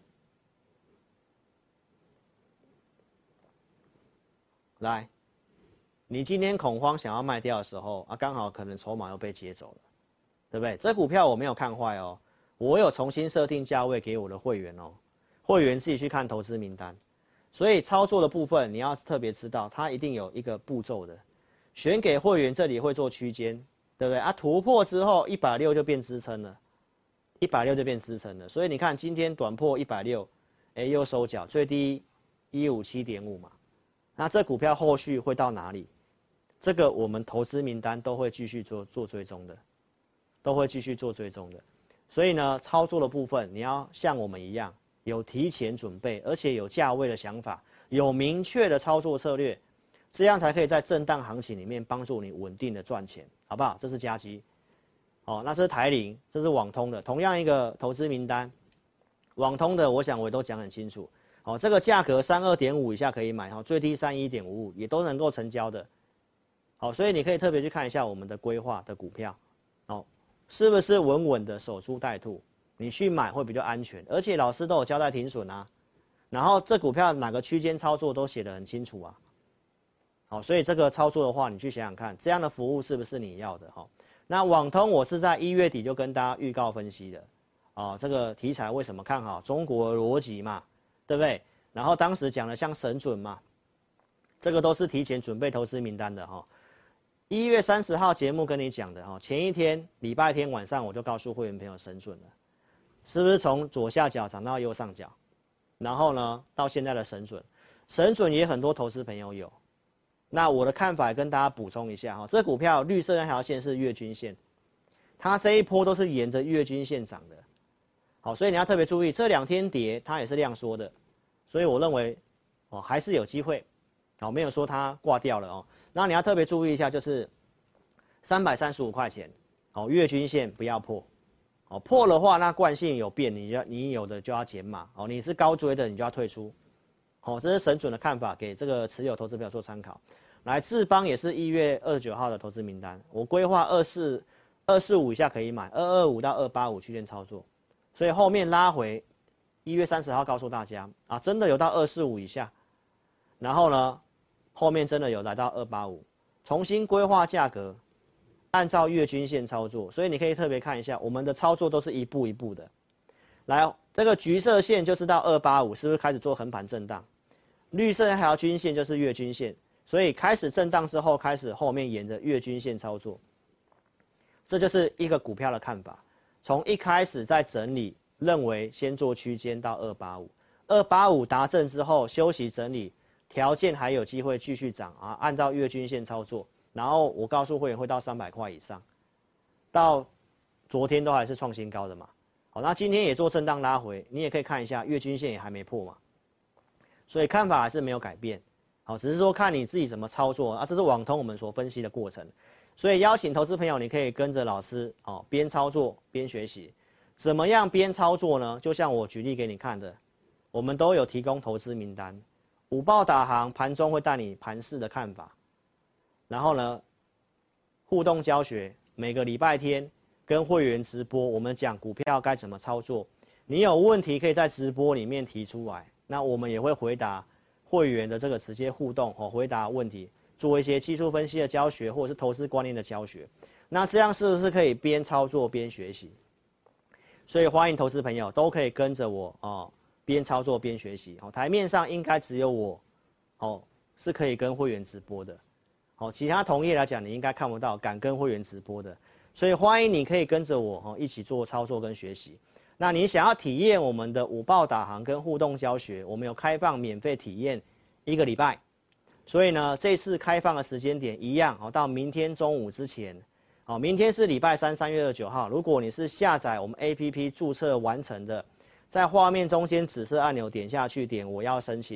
B: 来，你今天恐慌想要卖掉的时候啊，刚好可能筹码又被接走了，对不对？这股票我没有看坏哦，我有重新设定价位给我的会员哦，会员自己去看投资名单。所以操作的部分你要特别知道，它一定有一个步骤的，选给会员这里会做区间，对不对啊？突破之后一百六就变支撑了，一百六就变支撑了。所以你看今天短破一百六，哎又收脚，最低一五七点五嘛。那这股票后续会到哪里？这个我们投资名单都会继续做做追踪的，都会继续做追踪的。所以呢，操作的部分你要像我们一样，有提前准备，而且有价位的想法，有明确的操作策略，这样才可以在震荡行情里面帮助你稳定的赚钱，好不好？这是嘉基，哦，那这是台铃，这是网通的，同样一个投资名单，网通的我想我也都讲很清楚。哦，这个价格三二点五以下可以买，哈，最低三一点五五也都能够成交的。好，所以你可以特别去看一下我们的规划的股票，哦，是不是稳稳的守株待兔？你去买会比较安全，而且老师都有交代停损啊。然后这股票哪个区间操作都写得很清楚啊。好，所以这个操作的话，你去想想看，这样的服务是不是你要的？哈，那网通我是在一月底就跟大家预告分析的，哦，这个题材为什么看好？中国逻辑嘛。对不对？然后当时讲的像神准嘛，这个都是提前准备投资名单的哈。一月三十号节目跟你讲的哈，前一天礼拜天晚上我就告诉会员朋友神准了，是不是从左下角涨到右上角？然后呢，到现在的神准，神准也很多投资朋友有。那我的看法也跟大家补充一下哈，这股票绿色那条线是月均线，它这一波都是沿着月均线涨的。好，所以你要特别注意，这两天跌它也是量缩的，所以我认为，哦还是有机会，好没有说它挂掉了哦。那你要特别注意一下，就是三百三十五块钱，好月均线不要破，哦破的话那惯性有变，你要你有的就要减码，哦你是高追的你就要退出，好这是神准的看法，给这个持有投资朋友做参考。来智邦也是一月二十九号的投资名单，我规划二四二四五以下可以买，二二五到二八五区间操作。所以后面拉回，一月三十号告诉大家啊，真的有到二四五以下，然后呢，后面真的有来到二八五，重新规划价格，按照月均线操作，所以你可以特别看一下，我们的操作都是一步一步的。来，这个橘色线就是到二八五，是不是开始做横盘震荡？绿色那条均线就是月均线，所以开始震荡之后，开始后面沿着月均线操作，这就是一个股票的看法。从一开始在整理，认为先做区间到二八五，二八五达阵之后休息整理，条件还有机会继续涨啊，按照月均线操作，然后我告诉会员会到三百块以上，到昨天都还是创新高的嘛。好，那今天也做震荡拉回，你也可以看一下月均线也还没破嘛，所以看法还是没有改变。好，只是说看你自己怎么操作啊，这是网通我们所分析的过程。所以邀请投资朋友，你可以跟着老师哦，边操作边学习。怎么样边操作呢？就像我举例给你看的，我们都有提供投资名单，午报导航，盘中会带你盘势的看法。然后呢，互动教学，每个礼拜天跟会员直播，我们讲股票该怎么操作。你有问题可以在直播里面提出来，那我们也会回答会员的这个直接互动哦，回答问题。做一些技术分析的教学，或者是投资观念的教学，那这样是不是可以边操作边学习？所以欢迎投资朋友都可以跟着我哦，边操作边学习。哦，台面上应该只有我，哦是可以跟会员直播的，哦其他同业来讲你应该看不到敢跟会员直播的，所以欢迎你可以跟着我哦一起做操作跟学习。那你想要体验我们的午报导航跟互动教学，我们有开放免费体验一个礼拜。所以呢，这次开放的时间点一样哦，到明天中午之前，哦，明天是礼拜三，三月二十九号。如果你是下载我们 A P P 注册完成的，在画面中间紫色按钮点下去，点我要申请，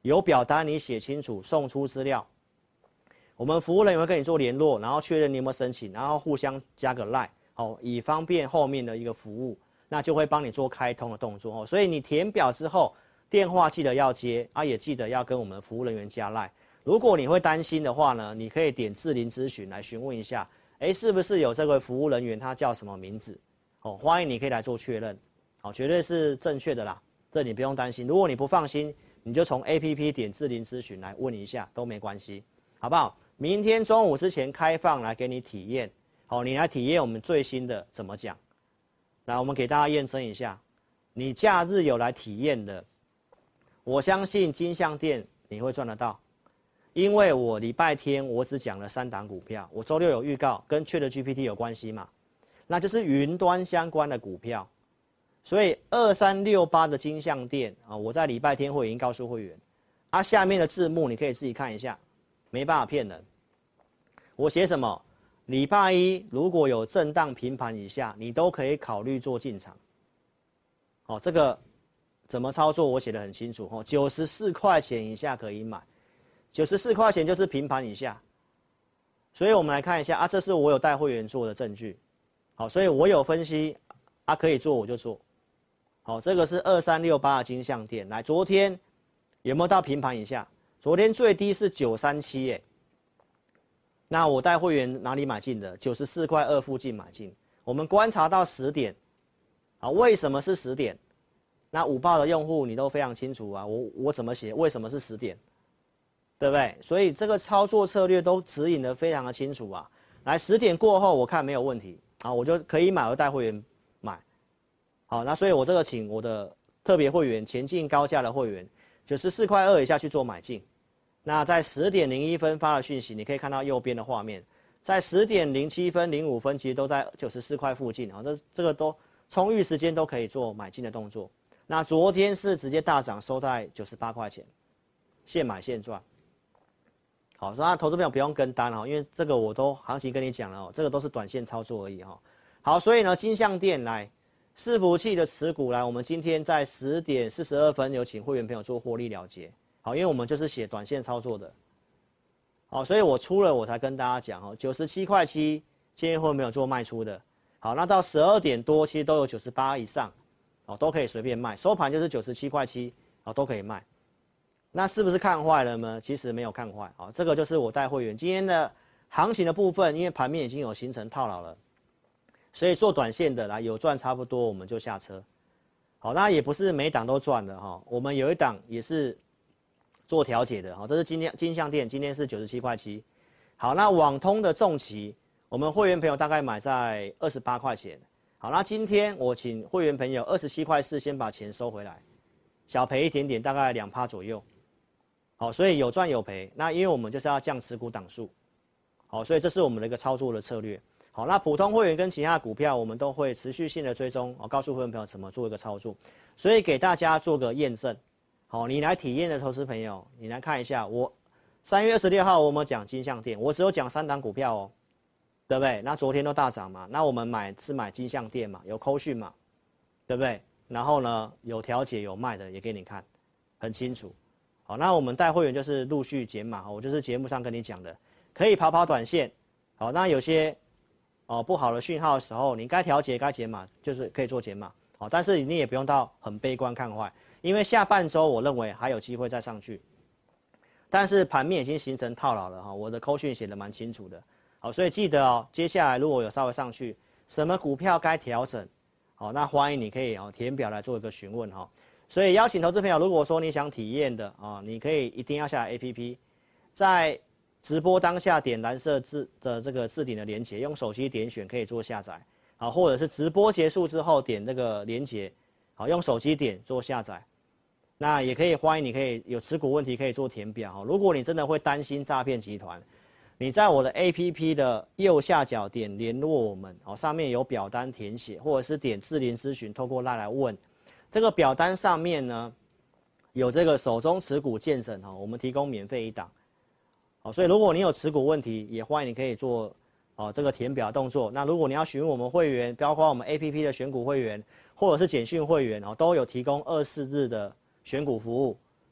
B: 有表单你写清楚，送出资料，我们服务人员会跟你做联络，然后确认你有没有申请，然后互相加个 LINE， 好，以方便后面的一个服务，那就会帮你做开通的动作哦。所以你填表之后，电话记得要接啊，也记得要跟我们服务人员加 LINE。如果你会担心的话呢，你可以点智霖咨询来询问一下，哎，是不是有这位服务人员，他叫什么名字？哦，欢迎你可以来做确认，好，绝对是正确的啦，这你不用担心。如果你不放心，你就从 A P P 点智霖咨询来问一下都没关系，好不好？明天中午之前开放来给你体验，好，你来体验我们最新的怎么讲。来，我们给大家验证一下，你假日有来体验的，我相信金像店你会赚得到。因为我礼拜天我只讲了三档股票，我周六有预告，跟 ChatGPT 有关系嘛，那就是云端相关的股票，所以二三六八的金像店啊，我在礼拜天会已经告诉会员，啊，下面的字幕你可以自己看一下，没办法骗人。我写什么？礼拜一如果有震荡平盘以下，你都可以考虑做进场。哦，这个怎么操作我写得很清楚哦，九十四块钱以下可以买。九十四块钱就是平盘以下，所以我们来看一下啊，这是我有带会员做的证据，好，所以我有分析啊，可以做我就做，好，这个是二三六八的金像店，来，昨天有没有到平盘以下？昨天最低是九三七耶，那我带会员哪里买进的？九十四块二附近买进，我们观察到十点，好，为什么是十点？那午报的用户你都非常清楚啊，我我怎么写？为什么是十点？对不对？所以这个操作策略都指引得非常的清楚啊。来，十点过后我看没有问题，好，我就可以买，我带会员买。好，那所以我这个请我的特别会员、前进高价的会员，九十四块二以下去做买进。那在十点零一分发了讯息，你可以看到右边的画面，在十点零七分、零五分，其实都在九十四块附近啊。这这个都充裕时间都可以做买进的动作。那昨天是直接大涨，收在九十八块钱，现买现赚。好，那投资朋友不用跟单哦，因为这个我都行情跟你讲了哦，这个都是短线操作而已哈。好，所以呢，金像店来伺服器的持股来，我们今天在十点四十二分有请会员朋友做获利了结。好，因为我们就是写短线操作的。好，所以我出了我才跟大家讲哦，九十七块七建议会没有做卖出的。好，那到十二点多其实都有九十八以上，哦，都可以随便卖，收盘就是九十七块七，哦，都可以卖。那是不是看坏了呢？其实没有看坏啊，这个就是我带会员今天的行情的部分，因为盘面已经有形成套牢了，所以做短线的来有赚差不多我们就下车。好，那也不是每档都赚的哈，我们有一档也是做调节的哈，这是今天金像店今天是九十七块七。好，那网通的重骑，我们会员朋友大概买在二十八块钱。好，那今天我请会员朋友二十七块四先把钱收回来，小赔一点点，大概两趴左右。好，所以有赚有赔。那因为我们就是要降持股档数，好，所以这是我们的一个操作的策略。好，那普通会员跟其他的股票，我们都会持续性的追踪，我告诉会员朋友怎么做一个操作，所以给大家做个验证。好，你来体验的投资朋友，你来看一下，我三月二十六号我们讲金像店，我只有讲三档股票哦，对不对？那昨天都大涨嘛，那我们买是买金像店嘛，有扣讯嘛，对不对？然后呢，有调节有卖的也给你看，很清楚。好，那我们带会员就是陆续减码，我就是节目上跟你讲的，可以跑跑短线。好，那有些哦不好的讯号的时候，你该调节该减码，就是可以做减码。好，但是你也不用到很悲观看坏，因为下半周我认为还有机会再上去。但是盘面已经形成套牢了哈，我的扣讯写的蛮清楚的。好，所以记得哦，接下来如果有稍微上去，什么股票该调整，好，那欢迎你可以哦填表来做一个询问哈。所以邀请投资朋友，如果说你想体验的啊，你可以一定要下载 A P P， 在直播当下点蓝色字的这个置顶的连结，用手机点选可以做下载，好，或者是直播结束之后点那个连结，好，用手机点做下载。那也可以欢迎你可以有持股问题可以做填表，如果你真的会担心诈骗集团，你在我的 A P P 的右下角点联络我们，好，上面有表单填写，或者是点智霖咨询，透过 LINE 来问。这个表单上面呢，有这个手中持股鉴审哈，我们提供免费一档，好，所以如果你有持股问题，也欢迎你可以做哦这个填表动作。那如果你要询问我们会员，包括我们 A P P 的选股会员，或者是简讯会员哦，都有提供二十四日的选股服务，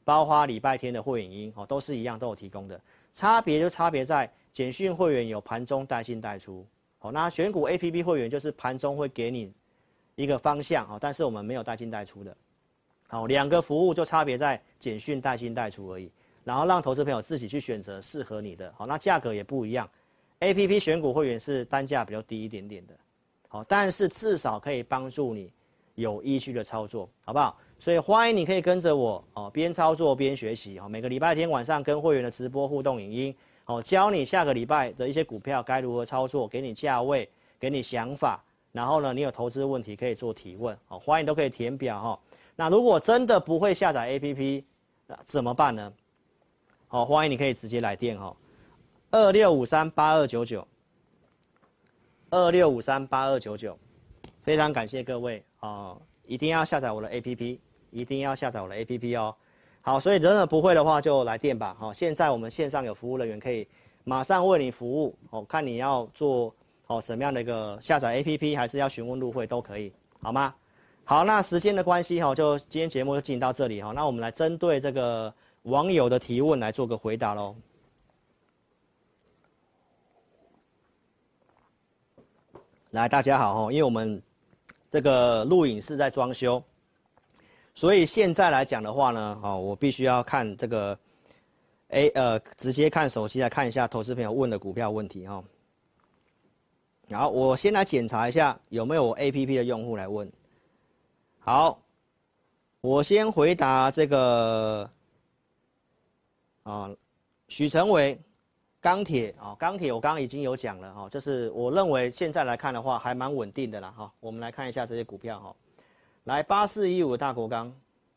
B: 包括礼拜天的会影音哦，都是一样都有提供的，差别就差别在简讯会员有盘中带进带出，哦，那选股 A P P 会员就是盘中会给你一个方向哦，但是我们没有带进带出的，好，两个服务就差别在简讯带进带出而已，然后让投资朋友自己去选择适合你的，好，那价格也不一样 ，A P P 选股会员是单价比较低一点点的，好，但是至少可以帮助你有依据的操作，好不好？所以欢迎你可以跟着我哦，边操作边学习哦。每个礼拜天晚上跟会员的直播互动影音哦，教你下个礼拜的一些股票该如何操作，给你价位，给你想法，然后呢，你有投资问题可以做提问哦，欢迎都可以填表哈、哦。那如果真的不会下载 A P P， 怎么办呢？哦，欢迎你可以直接来电哈、哦，二六五三八二九九，二六五三八二九九，非常感谢各位哦，一定要下载我的 A P P。一定要下载我的 A P P 哦。好，所以真的不会的话就来电吧。好，现在我们线上有服务人员可以马上为你服务。哦，看你要做哦什么样的一个下载 A P P， 还是要询问入会都可以，好吗？好，那时间的关系哈，就今天节目就进行到这里哈。那我们来针对这个网友的提问来做个回答喽。来，大家好哈，因为我们这个录影是在装修。所以现在来讲的话呢，哦，我必须要看这个，哎，呃，直接看手机来看一下投资朋友问的股票问题哈。好，我先来检查一下有没有我 A P P 的用户来问。好，我先回答这个，啊，许成伟，钢铁啊，钢铁我刚刚已经有讲了哈，就是我认为现在来看的话还蛮稳定的啦哈。我们来看一下这些股票哈。来八四一五的大国钢，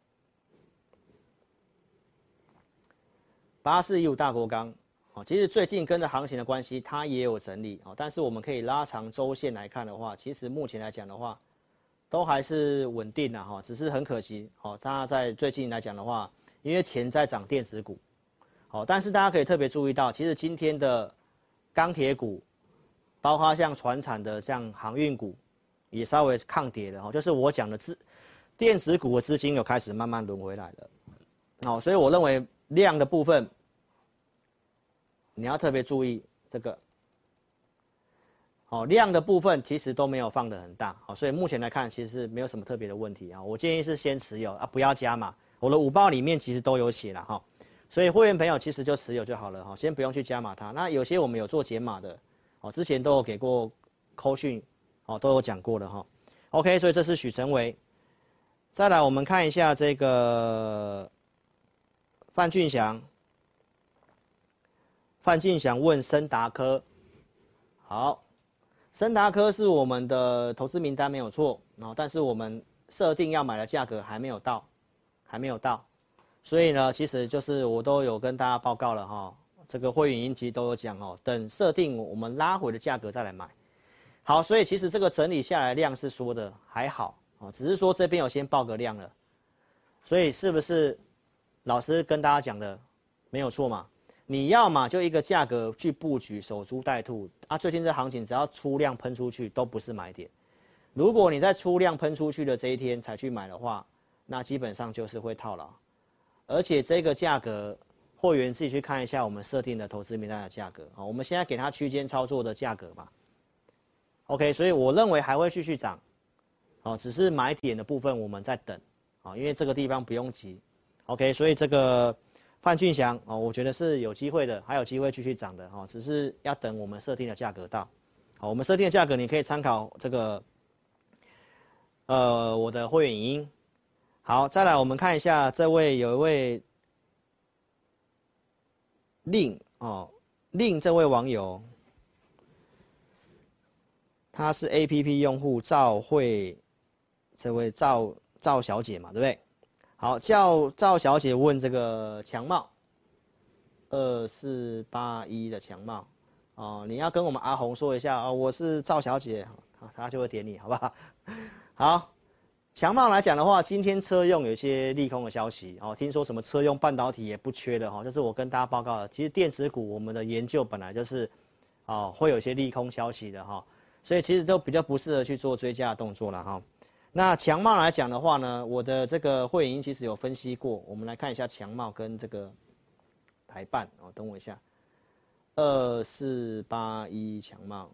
B: 八四一五大国钢，哦，其实最近跟着行情的关系，它也有整理哦。但是我们可以拉长周线来看的话，其实目前来讲的话，都还是稳定的哈。只是很可惜哦，它在最近来讲的话，因为钱在涨电子股，哦，但是大家可以特别注意到，其实今天的钢铁股，包括像传产的像航运股。也稍微抗跌的哈，就是我讲的资电子股的资金有开始慢慢轮回来了，好，所以我认为量的部分你要特别注意这个，好，量的部分其实都没有放得很大，好，所以目前来看其实是没有什么特别的问题啊，我建议是先持有啊，不要加码，我的五报里面其实都有写了哈，所以会员朋友其实就持有就好了哈，先不用去加码它，那有些我们有做减码的，哦，之前都有给过扣讯。哦，都有讲过了哈 ，OK， 所以这是许成伟。再来，我们看一下这个范俊祥。范俊祥问森达科，好，森达科是我们的投资名单没有错，哦，但是我们设定要买的价格还没有到，还没有到，所以呢，其实就是我都有跟大家报告了哈，这个会员音其实都有讲哦，等设定我们拉回的价格再来买。好，所以其实这个整理下来量是说的还好哦，只是说这边有先报个量了，所以是不是老师跟大家讲的没有错嘛？你要嘛就一个价格去布局守株待兔啊，最近这行情只要出量喷出去都不是买点，如果你在出量喷出去的这一天才去买的话，那基本上就是会套牢，而且这个价格会员自己去看一下我们设定的投资名单的价格啊，我们现在给它区间操作的价格嘛。OK， 所以我认为还会继续涨，哦，只是买点的部分我们在等，啊，因为这个地方不用急 ，OK， 所以这个范俊祥哦，我觉得是有机会的，还有机会继续涨的，哈，只是要等我们设定的价格到，好，我们设定的价格你可以参考这个，呃，我的会员影音，好，再来我们看一下这位有一位令哦，令这位网友。他是 A P P 用户赵慧，这位赵赵小姐嘛，对不对？好，叫赵小姐问这个强茂，二四八一的强茂，哦，你要跟我们阿红说一下哦，我是赵小姐，她就会点你，好不好？好，强茂来讲的话，今天车用有一些利空的消息哦，听说什么车用半导体也不缺的哈，就是我跟大家报告的，其实电子股我们的研究本来就是哦会有一些利空消息的哈。所以其实都比较不适合去做追加的动作了哈。 那强茂来讲的话呢，我的这个会员其实有分析过，我们来看一下强茂跟这个台办哦，等我一下，二四八一强茂，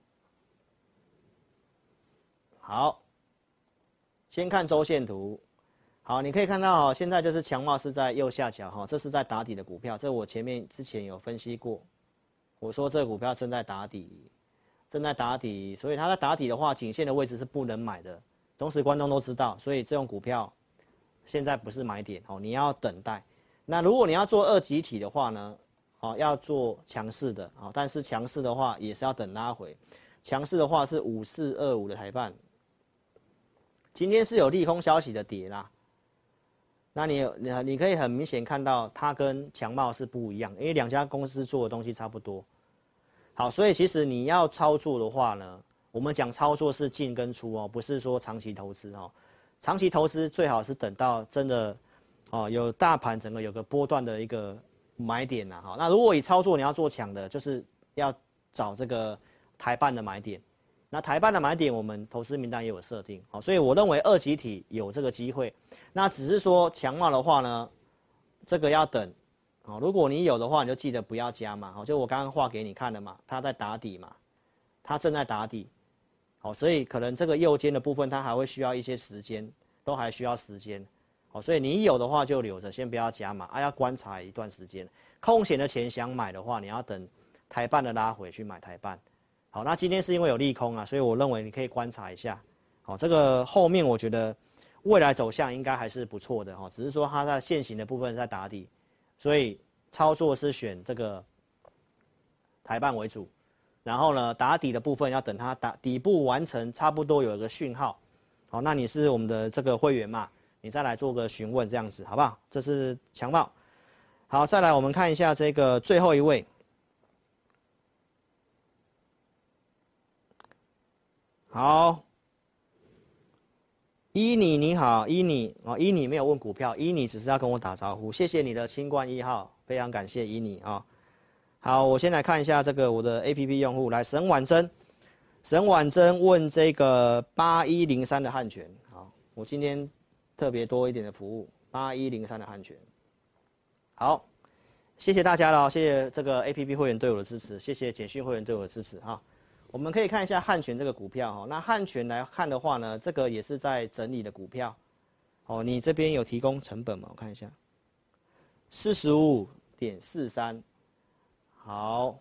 B: 好，先看周线图。好，你可以看到哦，现在就是强茂是在右下角哈，这是在打底的股票，这我前面之前有分析过，我说这个股票正在打底，正在打底，所以它在打底的话，颈线的位置是不能买的，忠实观众都知道，所以这种股票现在不是买点哦，你要等待。那如果你要做二级体的话呢，哦，要做强势的哦，但是强势的话也是要等拉回，强势的话是五四二五的台办，今天是有利空消息的跌啦。那你你你可以很明显看到，它跟强茂是不一样，因为两家公司做的东西差不多。好，所以其实你要操作的话呢，我们讲操作是进跟出哦，不是说长期投资哦。长期投资最好是等到真的哦有大盘整个有个波段的一个买点呐。好，那如果以操作你要做强的，就是要找这个台办的买点。那台办的买点，我们投资名单也有设定，好，所以我认为二级体有这个机会。那只是说强茂的话呢，这个要等，好，如果你有的话，你就记得不要加嘛，好，就我刚刚画给你看的嘛，它在打底嘛，它正在打底，好，所以可能这个右肩的部分它还会需要一些时间，都还需要时间，好，所以你有的话就留着，先不要加嘛，啊，要观察一段时间。空闲的钱想买的话，你要等台办的拉回去买台办。好，那今天是因为有利空啊，所以我认为你可以观察一下。好，这个后面我觉得未来走向应该还是不错的哈，只是说它在现行的部分在打底，所以操作是选这个台办为主，然后呢打底的部分要等它打底部完成，差不多有一个讯号。好，那你是我们的这个会员嘛，你再来做个询问这样子，好不好？这是强茂。好，再来我们看一下这个最后一位。好，伊尼你好，伊尼哦，伊尼没有问股票，伊尼只是要跟我打招呼，谢谢你的清冠一号，非常感谢伊尼啊。好，我先来看一下这个我的 A P P 用户，来沈婉珍，沈婉珍问这个八一零三的汉权，好，我今天特别多一点的服务，八一零三的汉权，好，谢谢大家了，谢谢这个 A P P 会员对我的支持，谢谢简讯会员对我的支持哈。我们可以看一下汉权这个股票哈，那汉权来看的话呢，这个也是在整理的股票，哦，你这边有提供成本吗？我看一下，四十五点四三，好，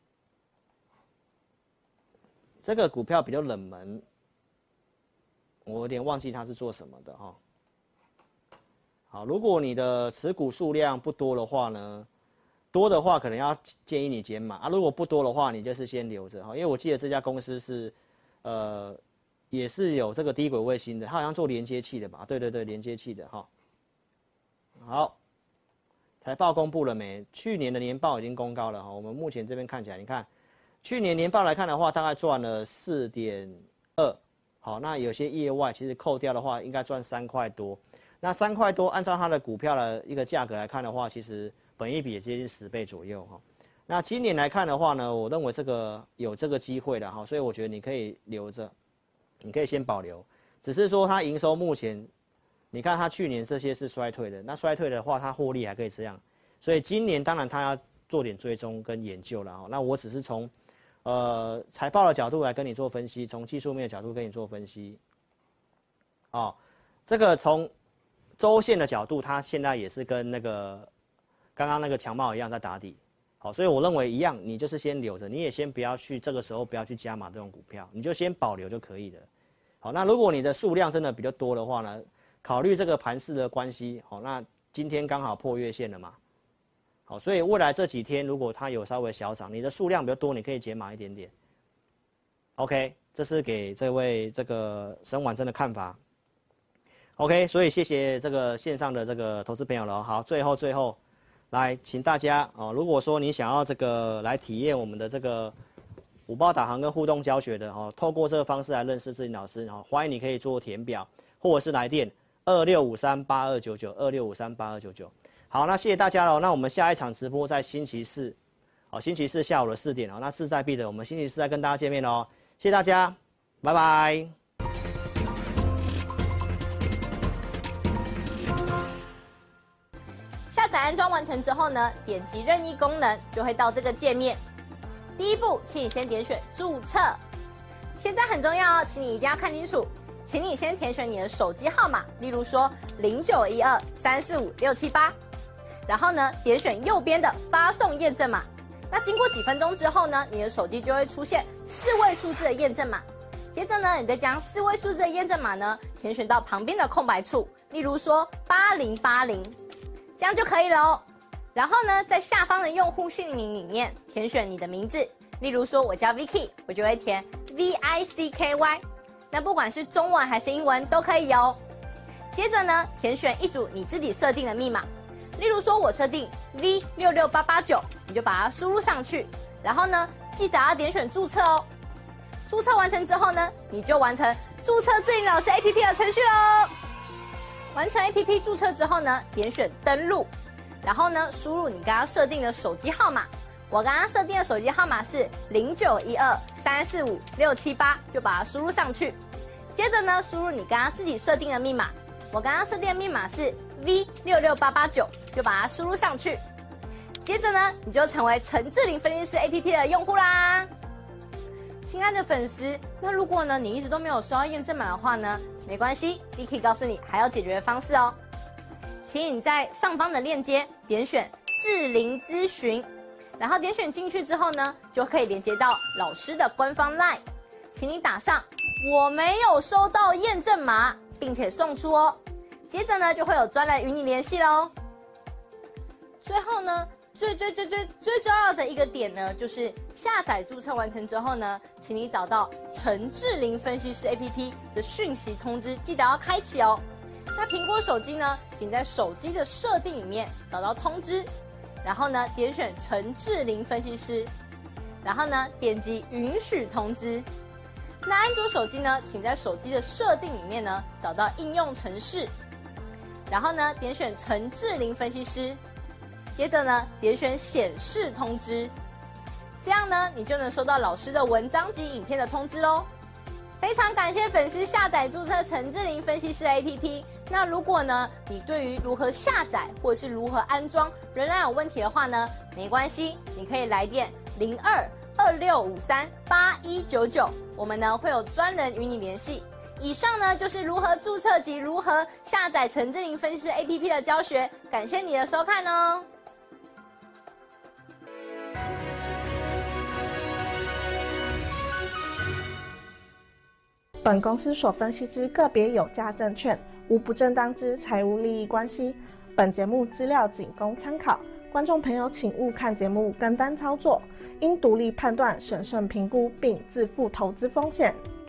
B: 这个股票比较冷门，我有点忘记它是做什么的哈。好，如果你的持股数量不多的话呢？多的话可能要建议你减码啊，如果不多的话，你就是先留着哈，因为我记得这家公司是，呃，也是有这个低轨卫星的，它好像做连接器的吧？对对对，连接器的哈。好，财报公布了没？去年的年报已经公告了哈，我们目前这边看起来，你看，去年年报来看的话，大概赚了四点二，好，那有些业外其实扣掉的话，应该赚三块多，那三块多按照它的股票的一个价格来看的话，其实。本益比也接近十倍左右哈，那今年来看的话呢，我认为这个有这个机会的哈，所以我觉得你可以留着，你可以先保留。只是说它营收目前，你看它去年这些是衰退的，那衰退的话它获利还可以这样，所以今年当然它要做点追踪跟研究了哈。那我只是从呃财报的角度来跟你做分析，从技术面的角度跟你做分析。哦，这个从周线的角度，它现在也是跟那个。刚刚那个强茂一样在打底，好，所以我认为一样，你就是先留着，你也先不要去这个时候不要去加码这种股票，你就先保留就可以了。好，那如果你的数量真的比较多的话呢，考虑这个盘势的关系，好，那今天刚好破月线了嘛，好，所以未来这几天如果它有稍微小涨，你的数量比较多，你可以减码一点点。OK， 这是给这位这个沈婉珍的看法。OK， 所以谢谢这个线上的这个投资朋友了。好，最后最后。来，请大家哦，如果说你想要这个来体验我们的这个五包导航跟互动教学的哦，透过这个方式来认识志霖老师哦，欢迎你可以做填表或者是来电二六五三八二九九二六五三八二九九。好，那谢谢大家了。那我们下一场直播在星期四，哦，星期四下午的四点哦，那势在必得，我们星期四再跟大家见面哦，谢谢大家，拜拜。
C: 载安装完成之后呢，点击任意功能就会到这个界面。第一步，请你先点选注册。现在很重要哦，请你一定要看清楚，请你先填选你的手机号码，例如说零九一二三四五六七八，然后呢，点选右边的发送验证码。那经过几分钟之后呢，你的手机就会出现四位数字的验证码。接着呢，你再将四位数字的验证码呢填选到旁边的空白处，例如说八零八零，这样就可以了哦。然后呢，在下方的用户姓名里面填选你的名字，例如说我叫 Vicky， 我就会填 V I C K Y， 那不管是中文还是英文都可以哦。接着呢，填选一组你自己设定的密码，例如说我设定 V 六六八八九，你就把它输入上去，然后呢，记得要点选注册哦。注册完成之后呢，你就完成注册智霖老师 A P P 的程序喽。完成 A P P 注册之后呢，点选登录，然后呢，输入你刚刚设定的手机号码。我刚刚设定的手机号码是零九一二三四五六七八，就把它输入上去。接着呢，输入你刚刚自己设定的密码。我刚刚设定的密码是 V 六六八八九，就把它输入上去。接着呢，你就成为陈智霖分析师 A P P 的用户啦。亲爱的粉丝，那如果呢你一直都没有收到验证码的话呢，没关系 ，Vicky 告诉你还有解决的方式哦。请你在上方的链接点选智霖咨询，然后点选进去之后呢，就可以连接到老师的官方 LINE， 请你打上我没有收到验证码，并且送出哦。接着呢，就会有专人与你联系喽。最后呢，最最最最最重要的一个点呢，就是下载注册完成之后呢，请你找到陈智霖分析师 A P P 的讯息通知，记得要开启哦。那苹果手机呢，请在手机的设定里面找到通知，然后呢，点选陈智霖分析师，然后呢，点击允许通知。那安卓手机呢，请在手机的设定里面呢，找到应用程式，然后呢，点选陈智霖分析师。接着呢，点选显示通知，这样呢，你就能收到老师的文章及影片的通知咯。非常感谢粉丝下载注册陈智霖分析师 A P P。那如果呢，你对于如何下载或者是如何安装仍然有问题的话呢，没关系，你可以来电零二二六五三八一九九，我们呢会有专人与你联系。以上呢就是如何注册及如何下载陈智霖分析师 A P P 的教学，感谢你的收看哦。
A: 本公司所分析之个别有价证券，无不正当之财务利益关系。本节目资料仅供参考，观众朋友请勿看节目跟单操作，应独立判断、审慎评估并自负投资风险。